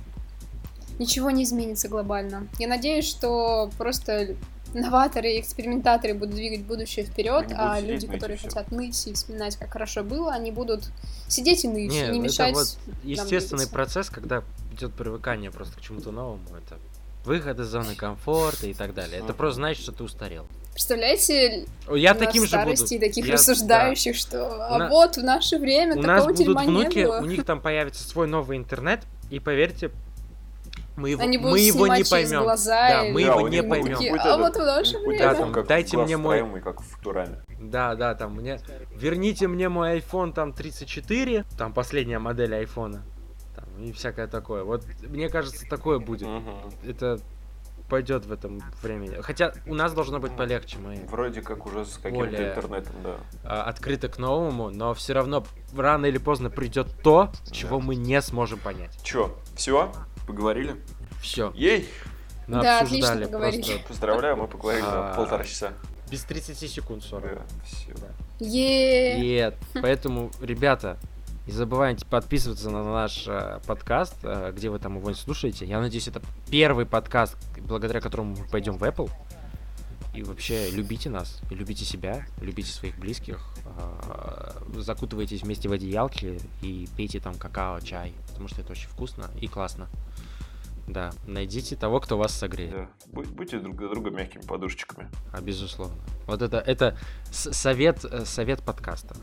ничего не изменится глобально. Я надеюсь, что просто новаторы и экспериментаторы будут двигать будущее вперед, а люди, которые хотят ныть и вспоминать, как хорошо было, они будут сидеть и ныть, и не мешать. Это вот естественный процесс, когда идет привыкание просто к чему-то новому. Это выход из зоны комфорта и так далее. Это просто значит, что ты устарел. Представляете, я таким старости же буду. Таких рассуждающих, что вот в наше время такого дерьма не было. У них там появится свой новый интернет, и поверьте, мы его не поймем. Глаза, да, мы его не поймем. А вот в наше время. Там, дайте мне мой. Как в Футураме. Да, там мне. Верните мне мой iPhone там 34, там последняя модель айфона. Там, и всякое такое. Вот мне кажется, такое будет. Это пойдет в этом времени. Хотя у нас должно быть полегче. Мы вроде как уже с каким-то интернетом, да. Открыто к новому, но все равно рано или поздно придет то, чего мы не сможем понять. Чё, все? Поговорили? Все. Ей! Да, отлично поговорили. Просто... Поздравляю, мы поговорили на 1,5 часа. Без 30 секунд 40. Да, все. Да. Нет, поэтому, ребята, не забывайте подписываться на наш подкаст, где вы там его слушаете. Я надеюсь, это первый подкаст, благодаря которому мы пойдем в Apple. И вообще любите нас, любите себя, любите своих близких. Закутывайтесь вместе в одеялки и пейте там какао, чай, потому что это очень вкусно и классно. Да, найдите того, кто вас согреет. Да. Будьте друг для друга мягкими подушечками. Безусловно. Вот это совет подкаста.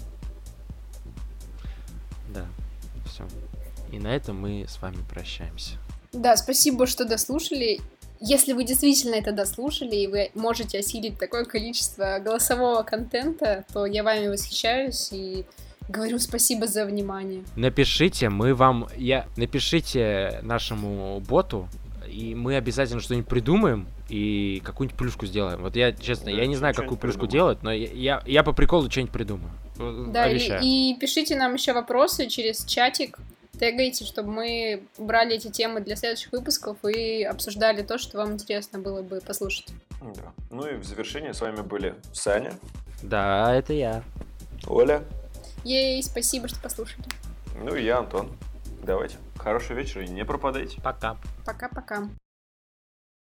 Да, все. И на этом мы с вами прощаемся. Да, спасибо, что дослушали. Если вы действительно это дослушали, и вы можете осилить такое количество голосового контента, то я вами восхищаюсь и говорю спасибо за внимание. Напишите нашему боту, и мы обязательно что-нибудь придумаем, и какую-нибудь плюшку сделаем. Вот я, честно, Да, я не знаю, какую что-нибудь плюшку придумаем. делать, но я по приколу что-нибудь придумаю. Да, Обещаю. и пишите нам еще вопросы через чатик, тегайте, чтобы мы брали эти темы для следующих выпусков и обсуждали то, что вам интересно было бы послушать. Да. Ну и в завершение с вами были Саня, Да, это я. Оля, Ей, спасибо, что послушали. ну и я, Антон. Давайте. Хорошего вечера и не пропадайте. Пока. Пока-пока.